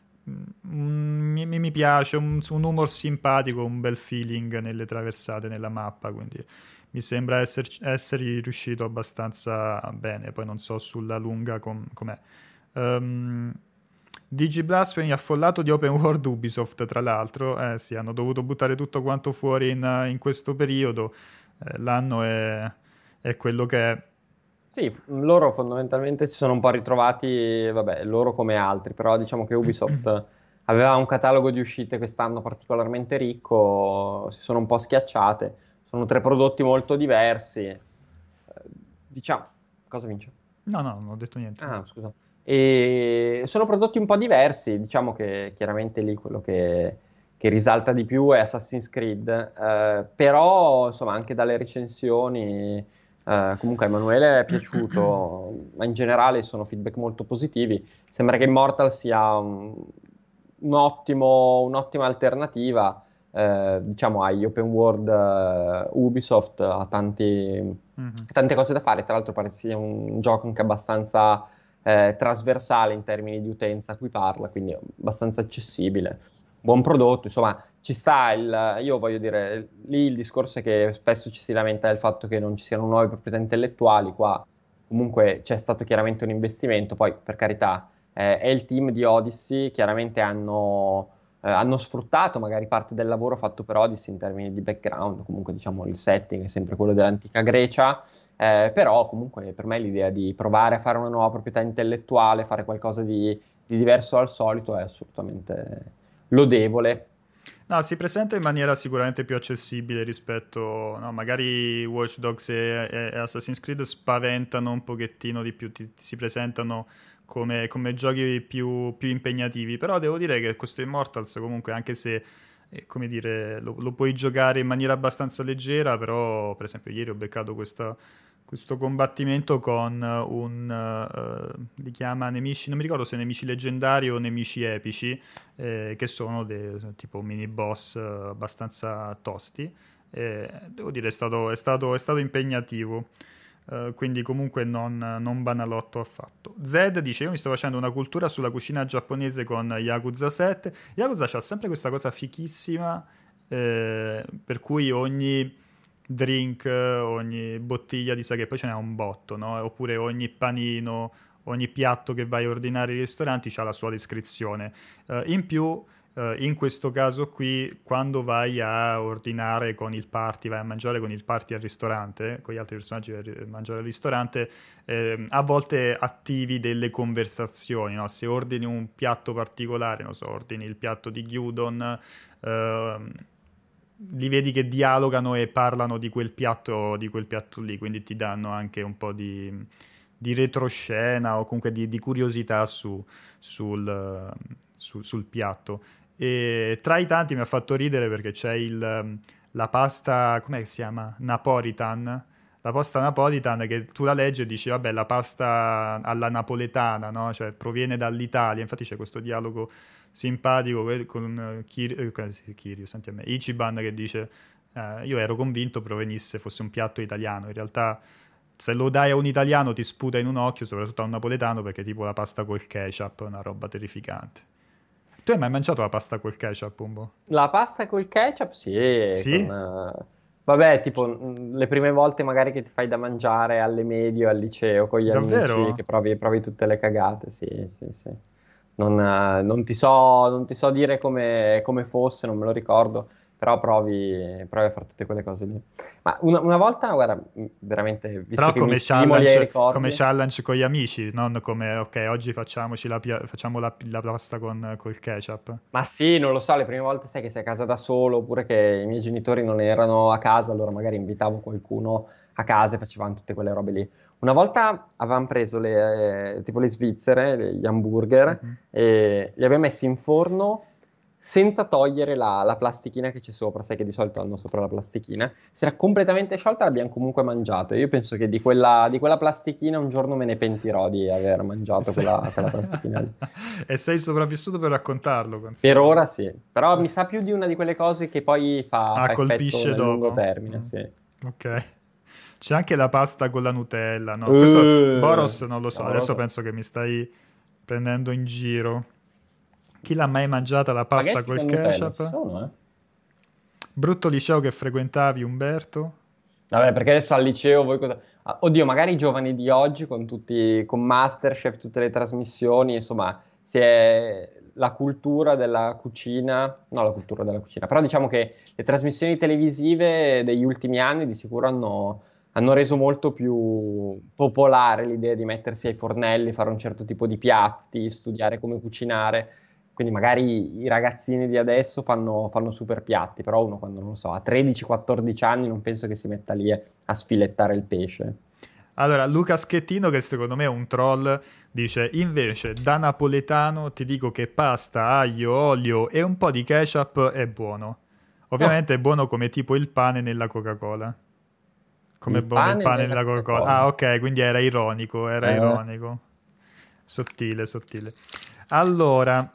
mi piace, un humor simpatico, un bel feeling nelle traversate, nella mappa, quindi mi sembra essere riuscito abbastanza bene, poi non so sulla lunga com'è. Um, DigiBlasphemy affollato di open world Ubisoft, tra l'altro. Sì, hanno dovuto buttare tutto quanto fuori in questo periodo. L'anno è quello che è. Sì, loro fondamentalmente si sono un po' ritrovati, vabbè, loro come altri, però diciamo che Ubisoft aveva un catalogo di uscite quest'anno particolarmente ricco, si sono un po' schiacciate, sono tre prodotti molto diversi. Diciamo, cosa vince? No, no, non ho detto niente. Ah, scusa. E sono prodotti un po' diversi, diciamo che chiaramente lì quello che risalta di più è Assassin's Creed, però insomma anche dalle recensioni, comunque a Emanuele è piaciuto, ma in generale sono feedback molto positivi. Sembra che Immortal sia un'ottima alternativa, diciamo, agli open world Ubisoft, ha Mhm. tante cose da fare. Tra l'altro pare sia un gioco anche abbastanza trasversale in termini di utenza a cui parla, quindi abbastanza accessibile. Buon prodotto, insomma, ci sta io voglio dire, lì il discorso è che spesso ci si lamenta del fatto che non ci siano nuove proprietà intellettuali, qua comunque c'è stato chiaramente un investimento, poi per carità è il team di Odyssey, chiaramente hanno sfruttato magari parte del lavoro fatto per Odyssey in termini di background, comunque diciamo il setting è sempre quello dell'antica Grecia, però comunque per me l'idea di provare a fare una nuova proprietà intellettuale, fare qualcosa di diverso dal solito è assolutamente lodevole. No, si presenta in maniera sicuramente più accessibile rispetto, no, magari Watch Dogs e Assassin's Creed spaventano un pochettino di più, ti si presentano come giochi più impegnativi, però devo dire che questo Immortals comunque, anche se, come dire, lo puoi giocare in maniera abbastanza leggera, però per esempio ieri ho beccato questo combattimento con li chiama nemici, non mi ricordo se nemici leggendari o nemici epici, che sono tipo mini boss abbastanza tosti. Devo dire, è stato impegnativo. Quindi comunque non banalotto affatto. Zed dice: io mi sto facendo una cultura sulla cucina giapponese con Yakuza 7. Yakuza c'ha sempre questa cosa fichissima, per cui ogni drink, ogni bottiglia di sake, poi ce n'è un botto, no? Oppure ogni panino, ogni piatto che vai a ordinare ai ristoranti ha la sua descrizione. In più, in questo caso qui, quando vai a ordinare con il party, vai a mangiare con il party al ristorante, con gli altri personaggi vai a mangiare al ristorante, a volte attivi delle conversazioni, no? Se ordini un piatto particolare, non so, ordini il piatto di gyudon, li vedi che dialogano e parlano di quel piatto lì, quindi ti danno anche un po' di retroscena o comunque di curiosità sul piatto. E tra i tanti mi ha fatto ridere perché c'è la pasta, come si chiama? Napolitan, la pasta napolitan, che tu la leggi e dici, vabbè, la pasta alla napoletana, no? Cioè proviene dall'Italia. Infatti c'è questo dialogo simpatico con Kirio, senti a me, Ichiban che dice, io ero convinto provenisse, fosse un piatto italiano. In realtà se lo dai a un italiano ti sputa in un occhio, soprattutto a un napoletano, perché è tipo la pasta col ketchup, una roba terrificante. Tu hai mai mangiato la pasta col ketchup, Umbo? La pasta col ketchup, sì, Sì? vabbè, tipo le prime volte magari che ti fai da mangiare alle medie o al liceo con gli amici, che Davvero? provi tutte le cagate, sì, sì, sì. Non ti so dire come fosse, non me lo ricordo, però provi a fare tutte quelle cose lì. Ma una volta, guarda, veramente, visto Però che mi stimoli ai come ricordi. challenge con gli amici, non come, ok, oggi facciamo la pasta col ketchup. Ma sì, non lo so, le prime volte sai che sei a casa da solo, oppure che i miei genitori non erano a casa, allora magari invitavo qualcuno a casa e facevamo tutte quelle robe lì. Una volta avevamo preso tipo le svizzere, gli hamburger, Mhm. e li abbiamo messi in forno senza togliere la plastichina che c'è sopra, sai che di solito hanno sopra la plastichina. Si era completamente sciolta, l'abbiamo comunque mangiato. Io penso che di quella plastichina un giorno me ne pentirò di aver mangiato Se- quella plastichina lì. E sei sopravvissuto per raccontarlo, Per considera. ora sì, però mi sa più di una di quelle cose che poi fa, Ah, fa effetto colpisce nel lungo dopo. termine, Mm. sì. Ok. C'è anche la pasta con la Nutella, no? Questo Boros non lo so, No, non lo adesso so. penso che mi stai prendendo in giro. Chi l'ha mai mangiata la pasta Spaghetti col con Nutella ci ketchup? sono, eh? Brutto liceo che frequentavi, Umberto? Vabbè, perché adesso al liceo voi cosa. Oddio, magari i giovani di oggi con MasterChef, tutte le trasmissioni, insomma, si è la cultura della cucina, no, la cultura della cucina, però diciamo che le trasmissioni televisive degli ultimi anni di sicuro hanno reso molto più popolare l'idea di mettersi ai fornelli, fare un certo tipo di piatti, studiare come cucinare. Quindi magari i ragazzini di adesso fanno super piatti, però uno quando, non lo so, ha 13-14 anni non penso che si metta lì a sfilettare il pesce. Allora, Luca Schettino, che secondo me è un troll, dice: invece, da napoletano ti dico che pasta, aglio, olio e un po' di ketchup è buono. Oh, Ovviamente è buono come tipo il pane nella Coca-Cola. Come è il buono il pane pane nella nella Coca-Cola. Ah, Coca-Cola. ok, quindi era ironico, era Eh, ironico. Sottile, sottile. Allora,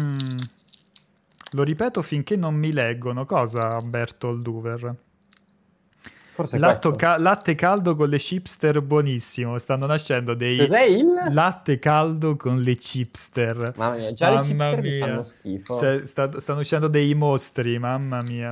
lo ripeto finché non mi leggono. Cosa, Bertold Hoover? forse questo. Latte caldo con le chipster buonissimo. Stanno nascendo dei Cos'è il? latte caldo con le chipster. Mamma mia, già le Mamma chipster mi fanno mia. schifo. Cioè, stanno uscendo dei mostri, mamma mia.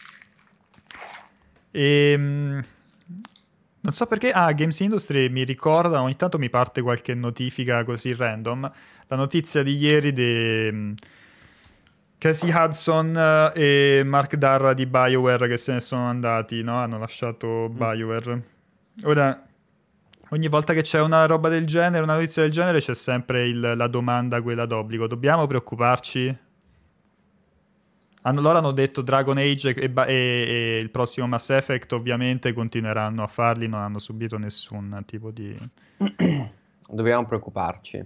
E non so perché. Ah, Games Industry mi ricorda, ogni tanto mi parte qualche notifica così random. La notizia di ieri di Casey Hudson e Mark Darra di BioWare che se ne sono andati, no? Hanno lasciato Mm. BioWare. Ora, ogni volta che c'è una roba del genere, una notizia del genere, c'è sempre la domanda, quella d'obbligo. Dobbiamo preoccuparci? Loro hanno detto Dragon Age e il prossimo Mass Effect ovviamente continueranno a farli, non hanno subito nessun tipo di... Dobbiamo preoccuparci.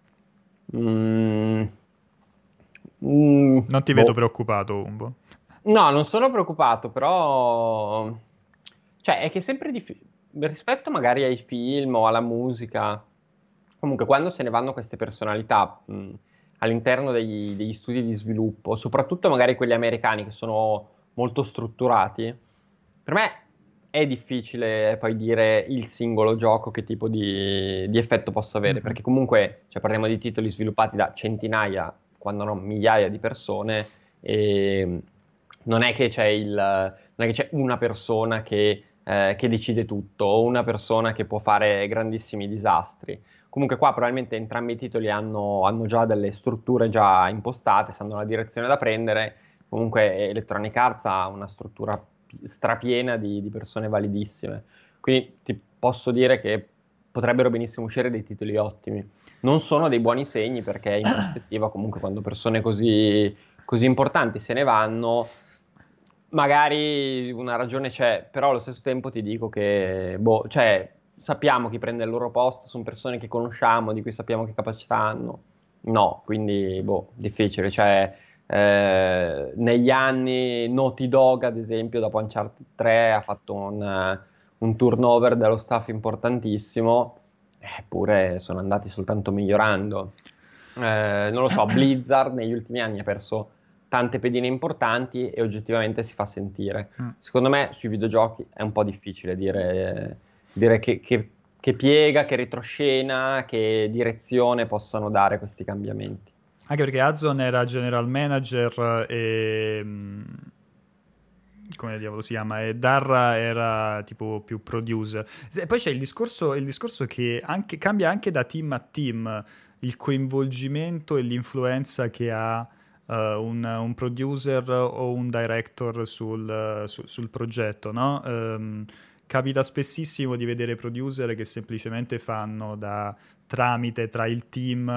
Mm, mm, Non ti vedo boh. preoccupato, Umbo. No, non sono preoccupato, però. Cioè, è che è sempre rispetto magari ai film o alla musica. Comunque, quando se ne vanno queste personalità all'interno degli studi di sviluppo, soprattutto magari quelli americani che sono molto strutturati, per me è difficile poi dire il singolo gioco che tipo di effetto possa avere, Mhm. perché comunque, cioè, parliamo di titoli sviluppati da centinaia, quando non migliaia di persone, e non è che c'è una persona che decide tutto, o una persona che può fare grandissimi disastri. Comunque qua probabilmente entrambi i titoli hanno già delle strutture già impostate, sanno la direzione da prendere. Comunque Electronic Arts ha una struttura strapiena di persone validissime. Quindi ti posso dire che potrebbero benissimo uscire dei titoli ottimi. Non sono dei buoni segni perché in prospettiva comunque quando persone così importanti se ne vanno, magari una ragione c'è, però allo stesso tempo ti dico che, boh, cioè, sappiamo chi prende il loro posto, sono persone che conosciamo, di cui sappiamo che capacità hanno. No, quindi, boh, difficile. Cioè, negli anni Naughty Dog, ad esempio, dopo Uncharted 3 ha fatto un turnover dello staff importantissimo, eppure sono andati soltanto migliorando. Non lo so, Blizzard negli ultimi anni ha perso tante pedine importanti e oggettivamente si fa sentire. Mm. Secondo me sui videogiochi è un po' difficile dire che piega, che retroscena, che direzione possano dare questi cambiamenti. Anche perché Hudson era general manager e come diavolo si chiama? E Darra era tipo più producer. Poi c'è il discorso che cambia anche da team a team il coinvolgimento e l'influenza che ha un producer o un director sul progetto, no? Capita spessissimo di vedere producer che semplicemente fanno da tramite tra il team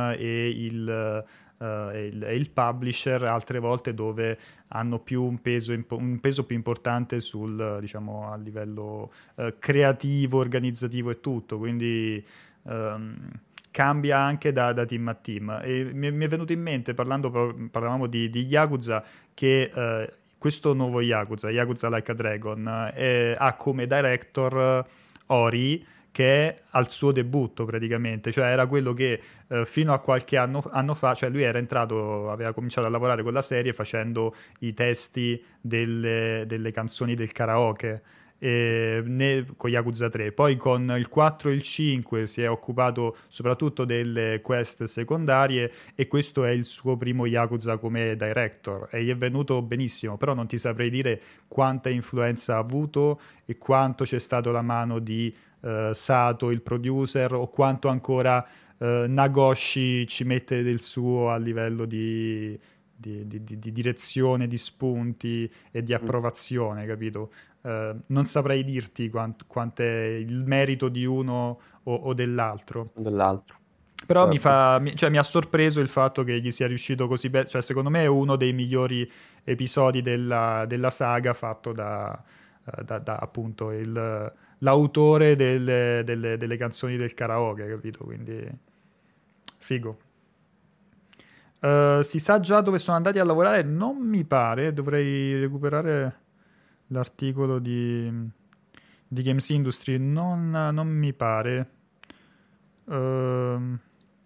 e il publisher, altre volte dove hanno più un peso più importante sul, diciamo, a livello creativo, organizzativo e tutto, quindi cambia anche da team a team. E mi è venuto in mente, parlavamo di Yakuza, che questo nuovo Yakuza Like a Dragon, ha come director Ori, che è al suo debutto praticamente, cioè era quello che fino a qualche anno fa, cioè lui era entrato, aveva cominciato a lavorare con la serie facendo i testi delle canzoni del karaoke con Yakuza 3. Poi con il 4 e il 5 si è occupato soprattutto delle quest secondarie e questo è il suo primo Yakuza come director e gli è venuto benissimo, però non ti saprei dire quanta influenza ha avuto e quanto c'è stato la mano di Sato, il producer, o quanto ancora Nagoshi ci mette del suo a livello di direzione, di spunti e di Mm. approvazione, capito? Non saprei dirti quanto è il merito di uno o dell'altro. Dell'altro. Però Certo. cioè, mi ha sorpreso il fatto che gli sia riuscito così bene. Cioè, secondo me è uno dei migliori episodi della saga fatto da, appunto l'autore delle canzoni del karaoke, capito? Quindi figo. Si sa già dove sono andati a lavorare? Non mi pare, dovrei recuperare l'articolo di Games Industry, non mi pare. Ehm,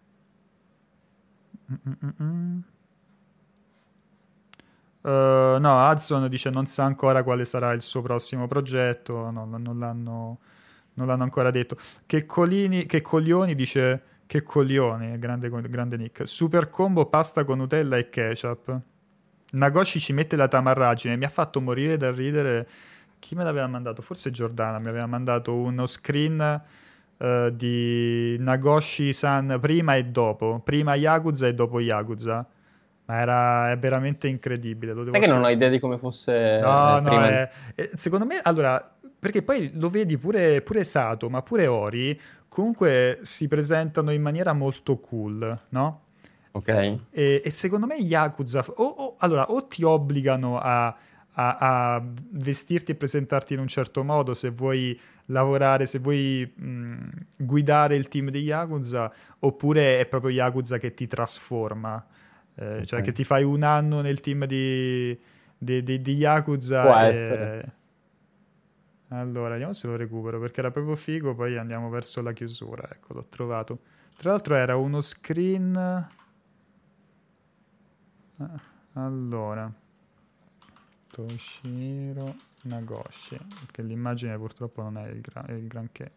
mm, mm, mm, mm. No, Hudson dice non sa ancora quale sarà il suo prossimo progetto, no, non l'hanno ancora detto. Che coglioni dice che coglioni, grande Nick. Super combo pasta con Nutella e ketchup. Nagoshi ci mette la tamarragine, mi ha fatto morire da ridere. Chi me l'aveva mandato? Forse Giordana mi aveva mandato uno screen di Nagoshi-san prima e dopo. Prima Yakuza e dopo Yakuza. Ma è veramente incredibile, lo devo Sai che non ho idea assolutamente... di come fosse No, no, prima di... secondo me, allora, perché poi lo vedi pure Sato, ma pure Ori, comunque si presentano in maniera molto cool, no? Ok? E secondo me Yakuza, allora, o ti obbligano a vestirti e presentarti in un certo modo se vuoi lavorare, se vuoi guidare il team di Yakuza, oppure è proprio Yakuza che ti trasforma. Cioè che Ok. ti fai un anno nel team di Può Yakuza essere. e... Allora, vediamo se lo recupero, perché era proprio figo, poi andiamo verso la chiusura. Ecco, l'ho trovato. Tra l'altro era uno screen... Allora, Toshiro Nagoshi, perché l'immagine purtroppo non è il granché.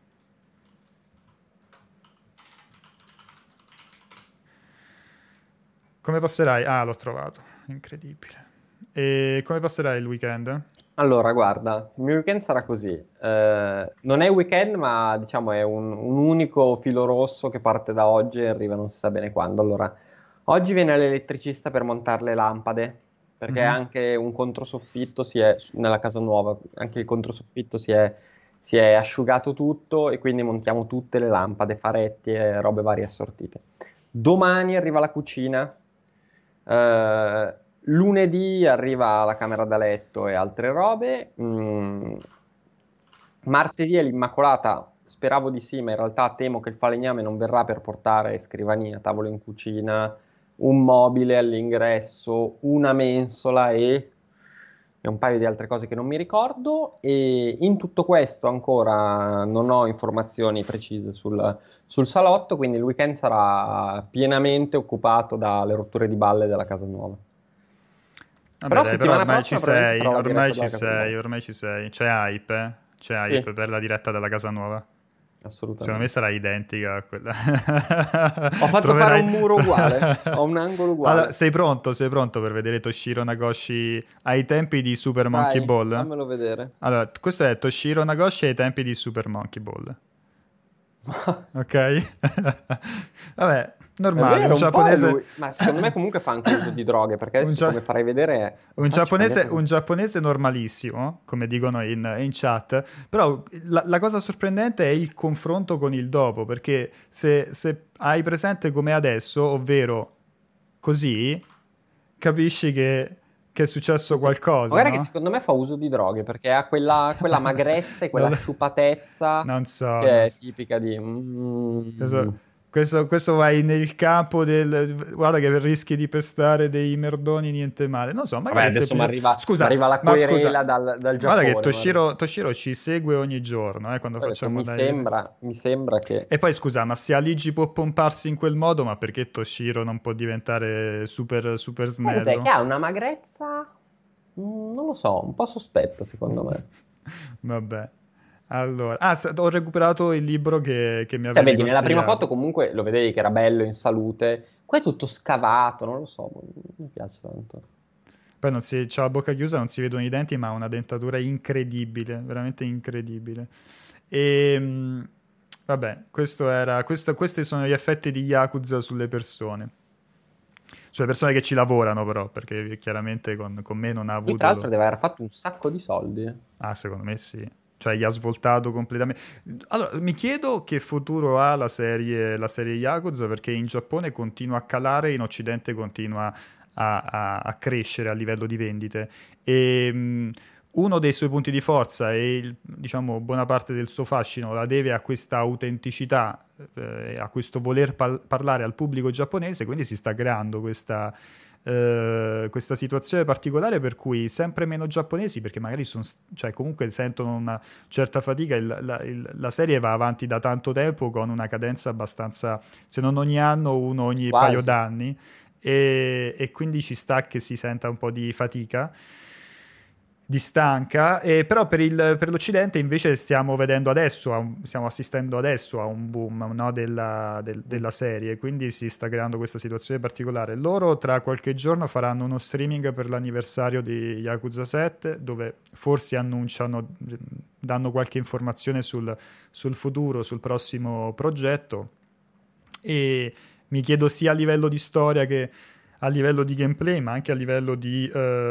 Come passerai? Ah, l'ho trovato, incredibile. E come passerai il weekend? Allora, guarda, il mio weekend sarà così. Non è weekend, ma diciamo è un unico filo rosso che parte da oggi e arriva non si sa bene quando. Allora, oggi viene l'elettricista per montare le lampade, perché Mhm. anche un controsoffitto nella casa nuova, anche il controsoffitto si è asciugato tutto e quindi montiamo tutte le lampade, faretti e robe varie assortite. Domani arriva la cucina. Lunedì arriva la camera da letto e altre robe. Martedì è l'Immacolata. Speravo di sì, ma in realtà temo che il falegname non verrà per portare scrivania, tavolo in cucina, un mobile all'ingresso, una mensola e e un paio di altre cose che non mi ricordo, e in tutto questo ancora non ho informazioni precise sul salotto, quindi il weekend sarà pienamente occupato dalle rotture di balle della casa nuova. Vabbè, Però dai, però settimana prossima probabilmente farò la diretta della casa nuova. ormai ci sei. C'è hype, eh? C'è Sì, hype per la diretta della casa nuova. Secondo me assolutamente. sarà identica a quella. Ho fatto fare Troverai. un muro uguale, ho un angolo Allora, uguale. sei pronto per vedere Toshiro Nagoshi ai tempi di Super Monkey Dai, Ball? fammelo vedere. Allora, questo è Toshiro Nagoshi ai tempi di Super Monkey Ball. Ok? Vabbè, È normale, un vero, un po' è giapponese. lui, ma secondo me comunque fa anche uso di droghe, perché Un, adesso gia- come farai vedere, facci cambiare. un giapponese normalissimo, come dicono in chat, però la cosa sorprendente è il confronto con il dopo, perché se hai presente com'è adesso, ovvero così, capisci che è successo Sì, sì. Ma qualcosa, guarda che no? secondo me fa uso di droghe, perché ha quella magrezza e quella Non, sciupatezza non so, che non è so. tipica di... Questo vai nel campo del. Guarda che rischi di pestare dei merdoni, niente male. Non so, Vabbè, magari è adesso mi semplice. arriva, Scusa, m'arriva la ma scusa. querela dal Guarda che Giappone. Toshiro ci segue ogni giorno, quando Poi ho detto, facciamo live. mi sembra che... E poi scusa, ma se Aligi può pomparsi in quel modo, ma perché Toshiro non può diventare super, super Sai cos'è? Che snello? ha una magrezza, non lo so, un po' sospetta secondo me. Vabbè. Allora, ho recuperato il libro che mi Cioè, avevi vedi, nella prima consigliato. foto comunque lo vedevi che era bello, in salute. Qua è tutto scavato, non lo so, non mi piace tanto. Poi non si, c'ha la bocca chiusa, non si vedono i denti, ma ha una dentatura incredibile, veramente incredibile. E vabbè, questi sono gli effetti di Yakuza sulle persone che ci lavorano, però, perché chiaramente con me non ha Lui, tra avuto l'altro, lo. deve aver fatto un sacco di soldi. Ah, secondo me sì. Cioè, gli ha svoltato completamente. Allora, mi chiedo che futuro ha la serie Yakuza, perché in Giappone continua a calare, in Occidente continua a crescere a livello di vendite. E uno dei suoi punti di forza e, diciamo, buona parte del suo fascino la deve a questa autenticità, a questo voler parlare al pubblico giapponese, quindi si sta creando questa situazione particolare per cui sempre meno giapponesi, perché magari cioè comunque sentono una certa fatica, la serie va avanti da tanto tempo con una cadenza abbastanza, se non ogni anno, uno ogni paio Quasi. d'anni, e quindi ci sta che si senta un po' di fatica, di stanca, però per l'Occidente invece stiamo vedendo adesso, stiamo assistendo adesso a un boom, no, della serie, quindi si sta creando questa situazione particolare. Loro tra qualche giorno faranno uno streaming per l'anniversario di Yakuza 7, dove forse danno qualche informazione sul futuro, sul prossimo progetto, e mi chiedo sia a livello di storia che a livello di gameplay, ma anche a livello di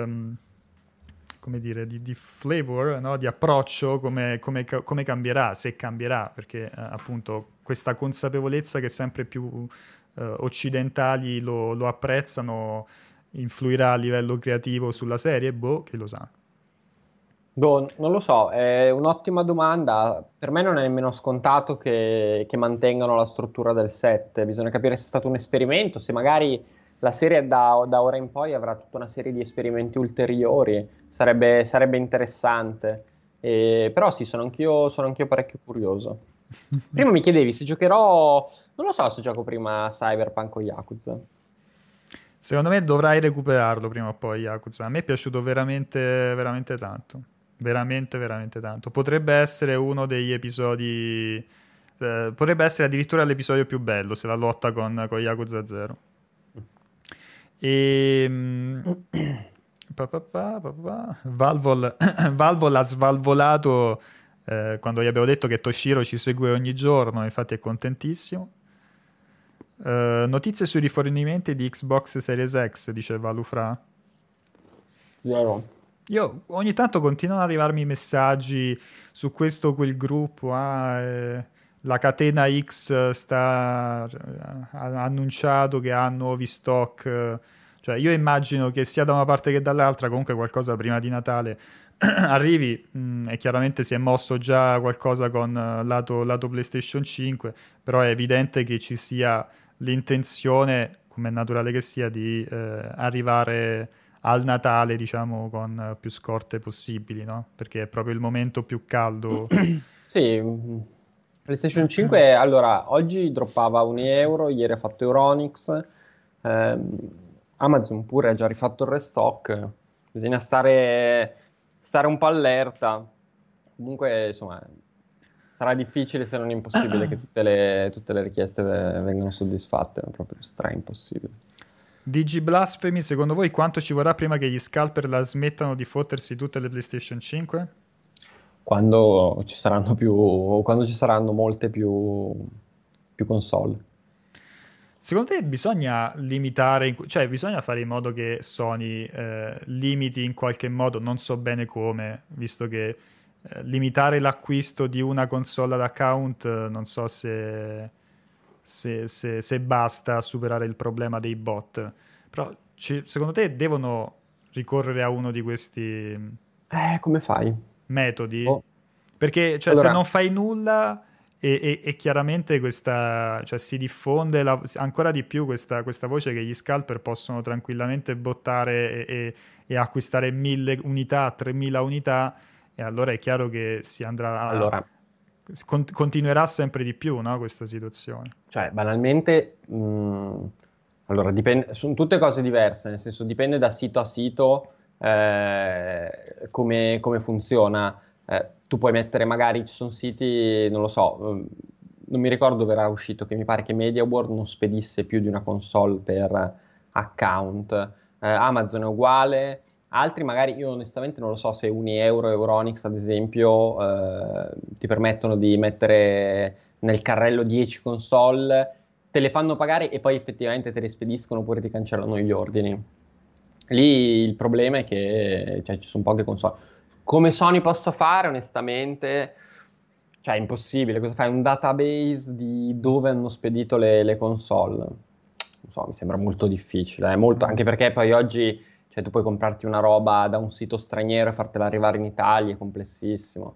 come dire, di flavor, no? Di approccio, come cambierà, se cambierà, perché appunto questa consapevolezza che sempre più occidentali lo apprezzano influirà a livello creativo sulla serie, boh, chi lo sa. Boh, non lo so, è un'ottima domanda. Per me non è nemmeno scontato che mantengano la struttura del set. Bisogna capire se è stato un esperimento, se magari la serie da ora in poi avrà tutta una serie di esperimenti ulteriori. Sarebbe interessante. Però sì, sono anch'io parecchio curioso. Prima mi chiedevi se giocherò. Non lo so se gioco prima Cyberpunk o Yakuza. Secondo me dovrai recuperarlo prima o poi, Yakuza. A me è piaciuto veramente, veramente tanto. Veramente, veramente tanto. Potrebbe essere uno degli episodi. Potrebbe essere addirittura l'episodio più bello se la lotta con Yakuza 0. E. Valvol, Valvol ha svalvolato quando gli abbiamo detto che Toshiro ci segue ogni giorno, infatti è contentissimo. Notizie sui rifornimenti di Xbox Series X, dice Valufra. Zero. Io ogni tanto continuano ad arrivarmi messaggi su questo o quel gruppo. La catena X ha annunciato che ha nuovi stock. Cioè, io immagino che sia da una parte che dall'altra, comunque qualcosa prima di Natale arrivi. E chiaramente si è mosso già qualcosa con lato PlayStation 5, però è evidente che ci sia l'intenzione, come è naturale che sia, di arrivare al Natale, diciamo, con più scorte possibili, no? Perché è proprio il momento più caldo. Sì, PlayStation 5, allora, oggi droppava 1 euro, ieri ha fatto Euronics, ehm, Amazon pure ha già rifatto il restock, bisogna stare un po' allerta. Comunque, insomma, sarà difficile se non impossibile che tutte le richieste vengano soddisfatte, è proprio stra impossibile. Digi Blasphemy, secondo voi quanto ci vorrà prima che gli scalper la smettano di fottersi tutte le PlayStation 5? Quando ci saranno molte più console. Secondo te bisogna limitare, cioè bisogna fare in modo che Sony limiti in qualche modo, non so bene come, visto che limitare l'acquisto di una console ad account, non so se basta a superare il problema dei bot. Però secondo te devono ricorrere a uno di questi Come fai? metodi? Boh. Perché cioè, se Allora, non fai nulla e chiaramente cioè, si diffonde ancora di più questa voce che gli scalper possono tranquillamente bottare e acquistare 1000 unità, 3000 unità, e allora è chiaro che si andrà allora, continuerà sempre di più, no, questa situazione. cioè, banalmente, allora, sono tutte cose diverse, nel senso dipende da sito a sito come funziona. Tu puoi mettere, magari ci sono siti, non lo so, non mi ricordo dove era uscito, che mi pare che MediaWorld non spedisse più di una console per account. Amazon è uguale. Altri magari io onestamente non lo so se Unieuro e Euronics ad esempio ti permettono di mettere nel carrello 10 console, te le fanno pagare e poi effettivamente te le spediscono oppure ti cancellano gli ordini. Lì il problema è che cioè, ci sono poche console. Come Sony posso fare onestamente? Cioè è impossibile, cosa fai? Un database di dove hanno spedito le console? Non so, mi sembra molto difficile, Mm. anche perché poi oggi cioè, tu puoi comprarti una roba da un sito straniero e fartela arrivare in Italia, è complessissimo.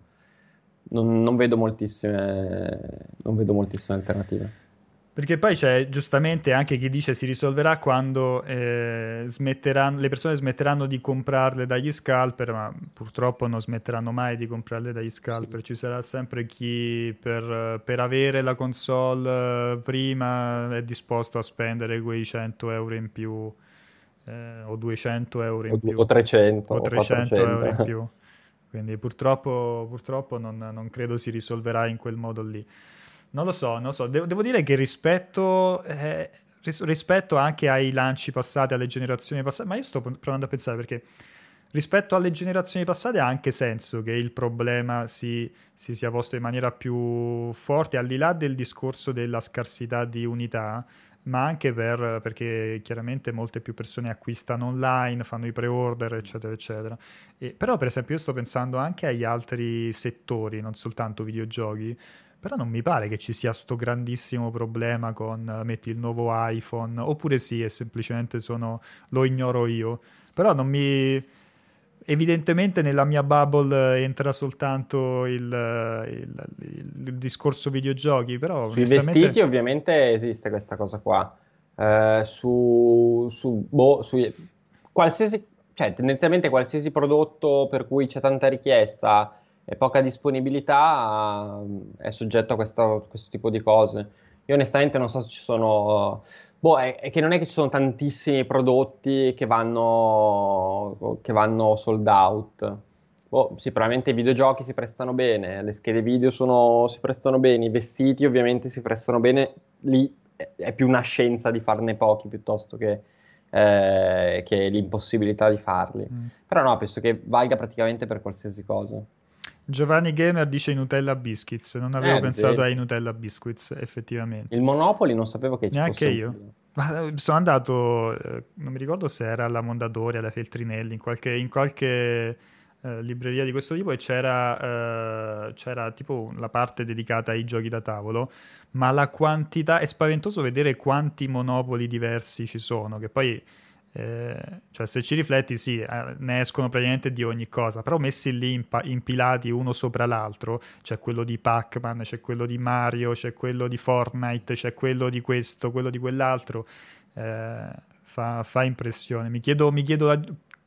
Non vedo moltissime alternative. Perché poi c'è giustamente anche chi dice si risolverà quando le persone smetteranno di comprarle dagli scalper, ma purtroppo non smetteranno mai di comprarle dagli Sì. scalper. Ci sarà sempre chi per avere la console prima è disposto a spendere quei 100 euro in più o 200 euro in O più 300 o o 300 euro 400. in più. Quindi purtroppo non credo si risolverà in quel modo lì. Non lo so. Devo dire che rispetto anche ai lanci passati, alle generazioni passate, ma io sto provando a pensare perché rispetto alle generazioni passate ha anche senso che il problema si sia posto in maniera più forte, al di là del discorso della scarsità di unità, ma anche perché chiaramente molte più persone acquistano online, fanno i pre-order, eccetera, eccetera. Però, per esempio, io sto pensando anche agli altri settori, non soltanto videogiochi. Però non mi pare che ci sia sto grandissimo problema con metti il nuovo iPhone, oppure sì, è semplicemente lo ignoro io. Però non mi... Evidentemente nella mia bubble entra soltanto il discorso videogiochi, però Sui vestiti onestamente ovviamente esiste questa cosa qua. Qualsiasi, cioè tendenzialmente qualsiasi prodotto per cui c'è tanta richiesta e poca disponibilità è soggetto a questo tipo di cose. Io onestamente non so se ci sono. Boh, è che non è che ci sono tantissimi prodotti che vanno sold out. Boh, sicuramente i videogiochi si prestano bene, le schede video si prestano bene, i vestiti ovviamente si prestano bene, lì è più una scienza di farne pochi piuttosto che l'impossibilità di farli. mm. Però no, penso che valga praticamente per qualsiasi cosa. Giovanni Gamer dice i Nutella Biscuits. Non avevo Ad pensato ai esempio. Nutella Biscuits, effettivamente. Il Monopoly non sapevo che ci Neanche fosse un io. Ma sono andato, non mi ricordo se era alla Mondadori, alla Feltrinelli, in qualche libreria di questo tipo e c'era tipo la parte dedicata ai giochi da tavolo, ma la quantità, è spaventoso vedere quanti monopoli diversi ci sono, che poi, cioè se ci rifletti, sì, ne escono praticamente di ogni cosa, però messi lì impilati uno sopra l'altro, c'è quello di Pac-Man, c'è quello di Mario, c'è quello di Fortnite, c'è quello di questo, quello di quell'altro. Eh, fa impressione. Mi chiedo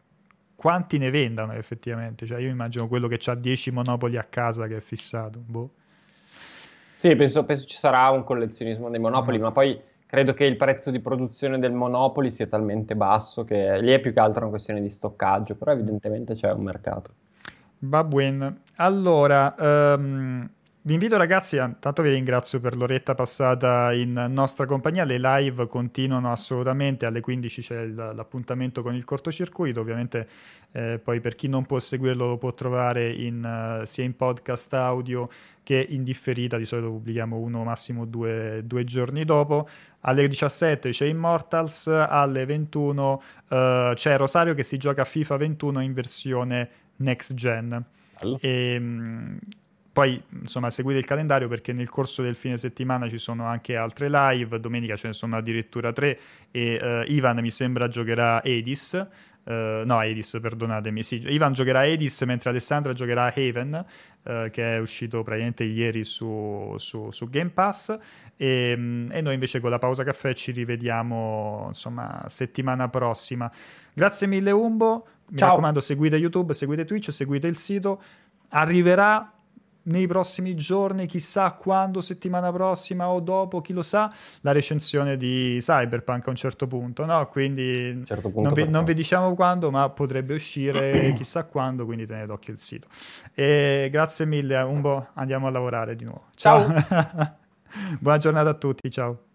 quanti ne vendano effettivamente. Cioè, io immagino quello che ha 10 Monopoli a casa che è fissato. Boh. Sì, penso ci sarà un collezionismo dei Monopoli, No. ma poi credo che il prezzo di produzione del Monopoli sia talmente basso che lì è più che altro una questione di stoccaggio, però evidentemente c'è un mercato. Va bene. Allora, vi invito ragazzi, tanto vi ringrazio per l'oretta passata in nostra compagnia, le live continuano assolutamente, alle 15 c'è l'appuntamento con il cortocircuito, ovviamente poi per chi non può seguirlo lo può trovare sia in podcast audio che in differita, di solito pubblichiamo uno massimo due giorni dopo. Alle 17 c'è Immortals, alle 21 c'è Rosario che si gioca a FIFA 21 in versione next gen. Bello. E, poi insomma seguite il calendario perché nel corso del fine settimana ci sono anche altre live, domenica ce ne sono addirittura 3 e Ivan mi sembra giocherà Hades. No, Hades, perdonatemi. Sì, Ivan giocherà Hades mentre Alessandra giocherà Haven, che è uscito praticamente ieri su Game Pass. E noi invece con la pausa caffè ci rivediamo insomma settimana prossima. Grazie mille, Umbo. Mi Ciao! raccomando, seguite YouTube, seguite Twitch, seguite il sito. Arriverà nei prossimi giorni, chissà quando, settimana prossima o dopo, chi lo sa, la recensione di Cyberpunk a un certo punto, no? Quindi A un certo non punto vi, per non vi forza. diciamo quando, ma potrebbe uscire chissà quando, quindi tenete d'occhio il sito. E grazie mille, Umbo, andiamo a lavorare di nuovo. Ciao! Ciao! Buona giornata a tutti, ciao!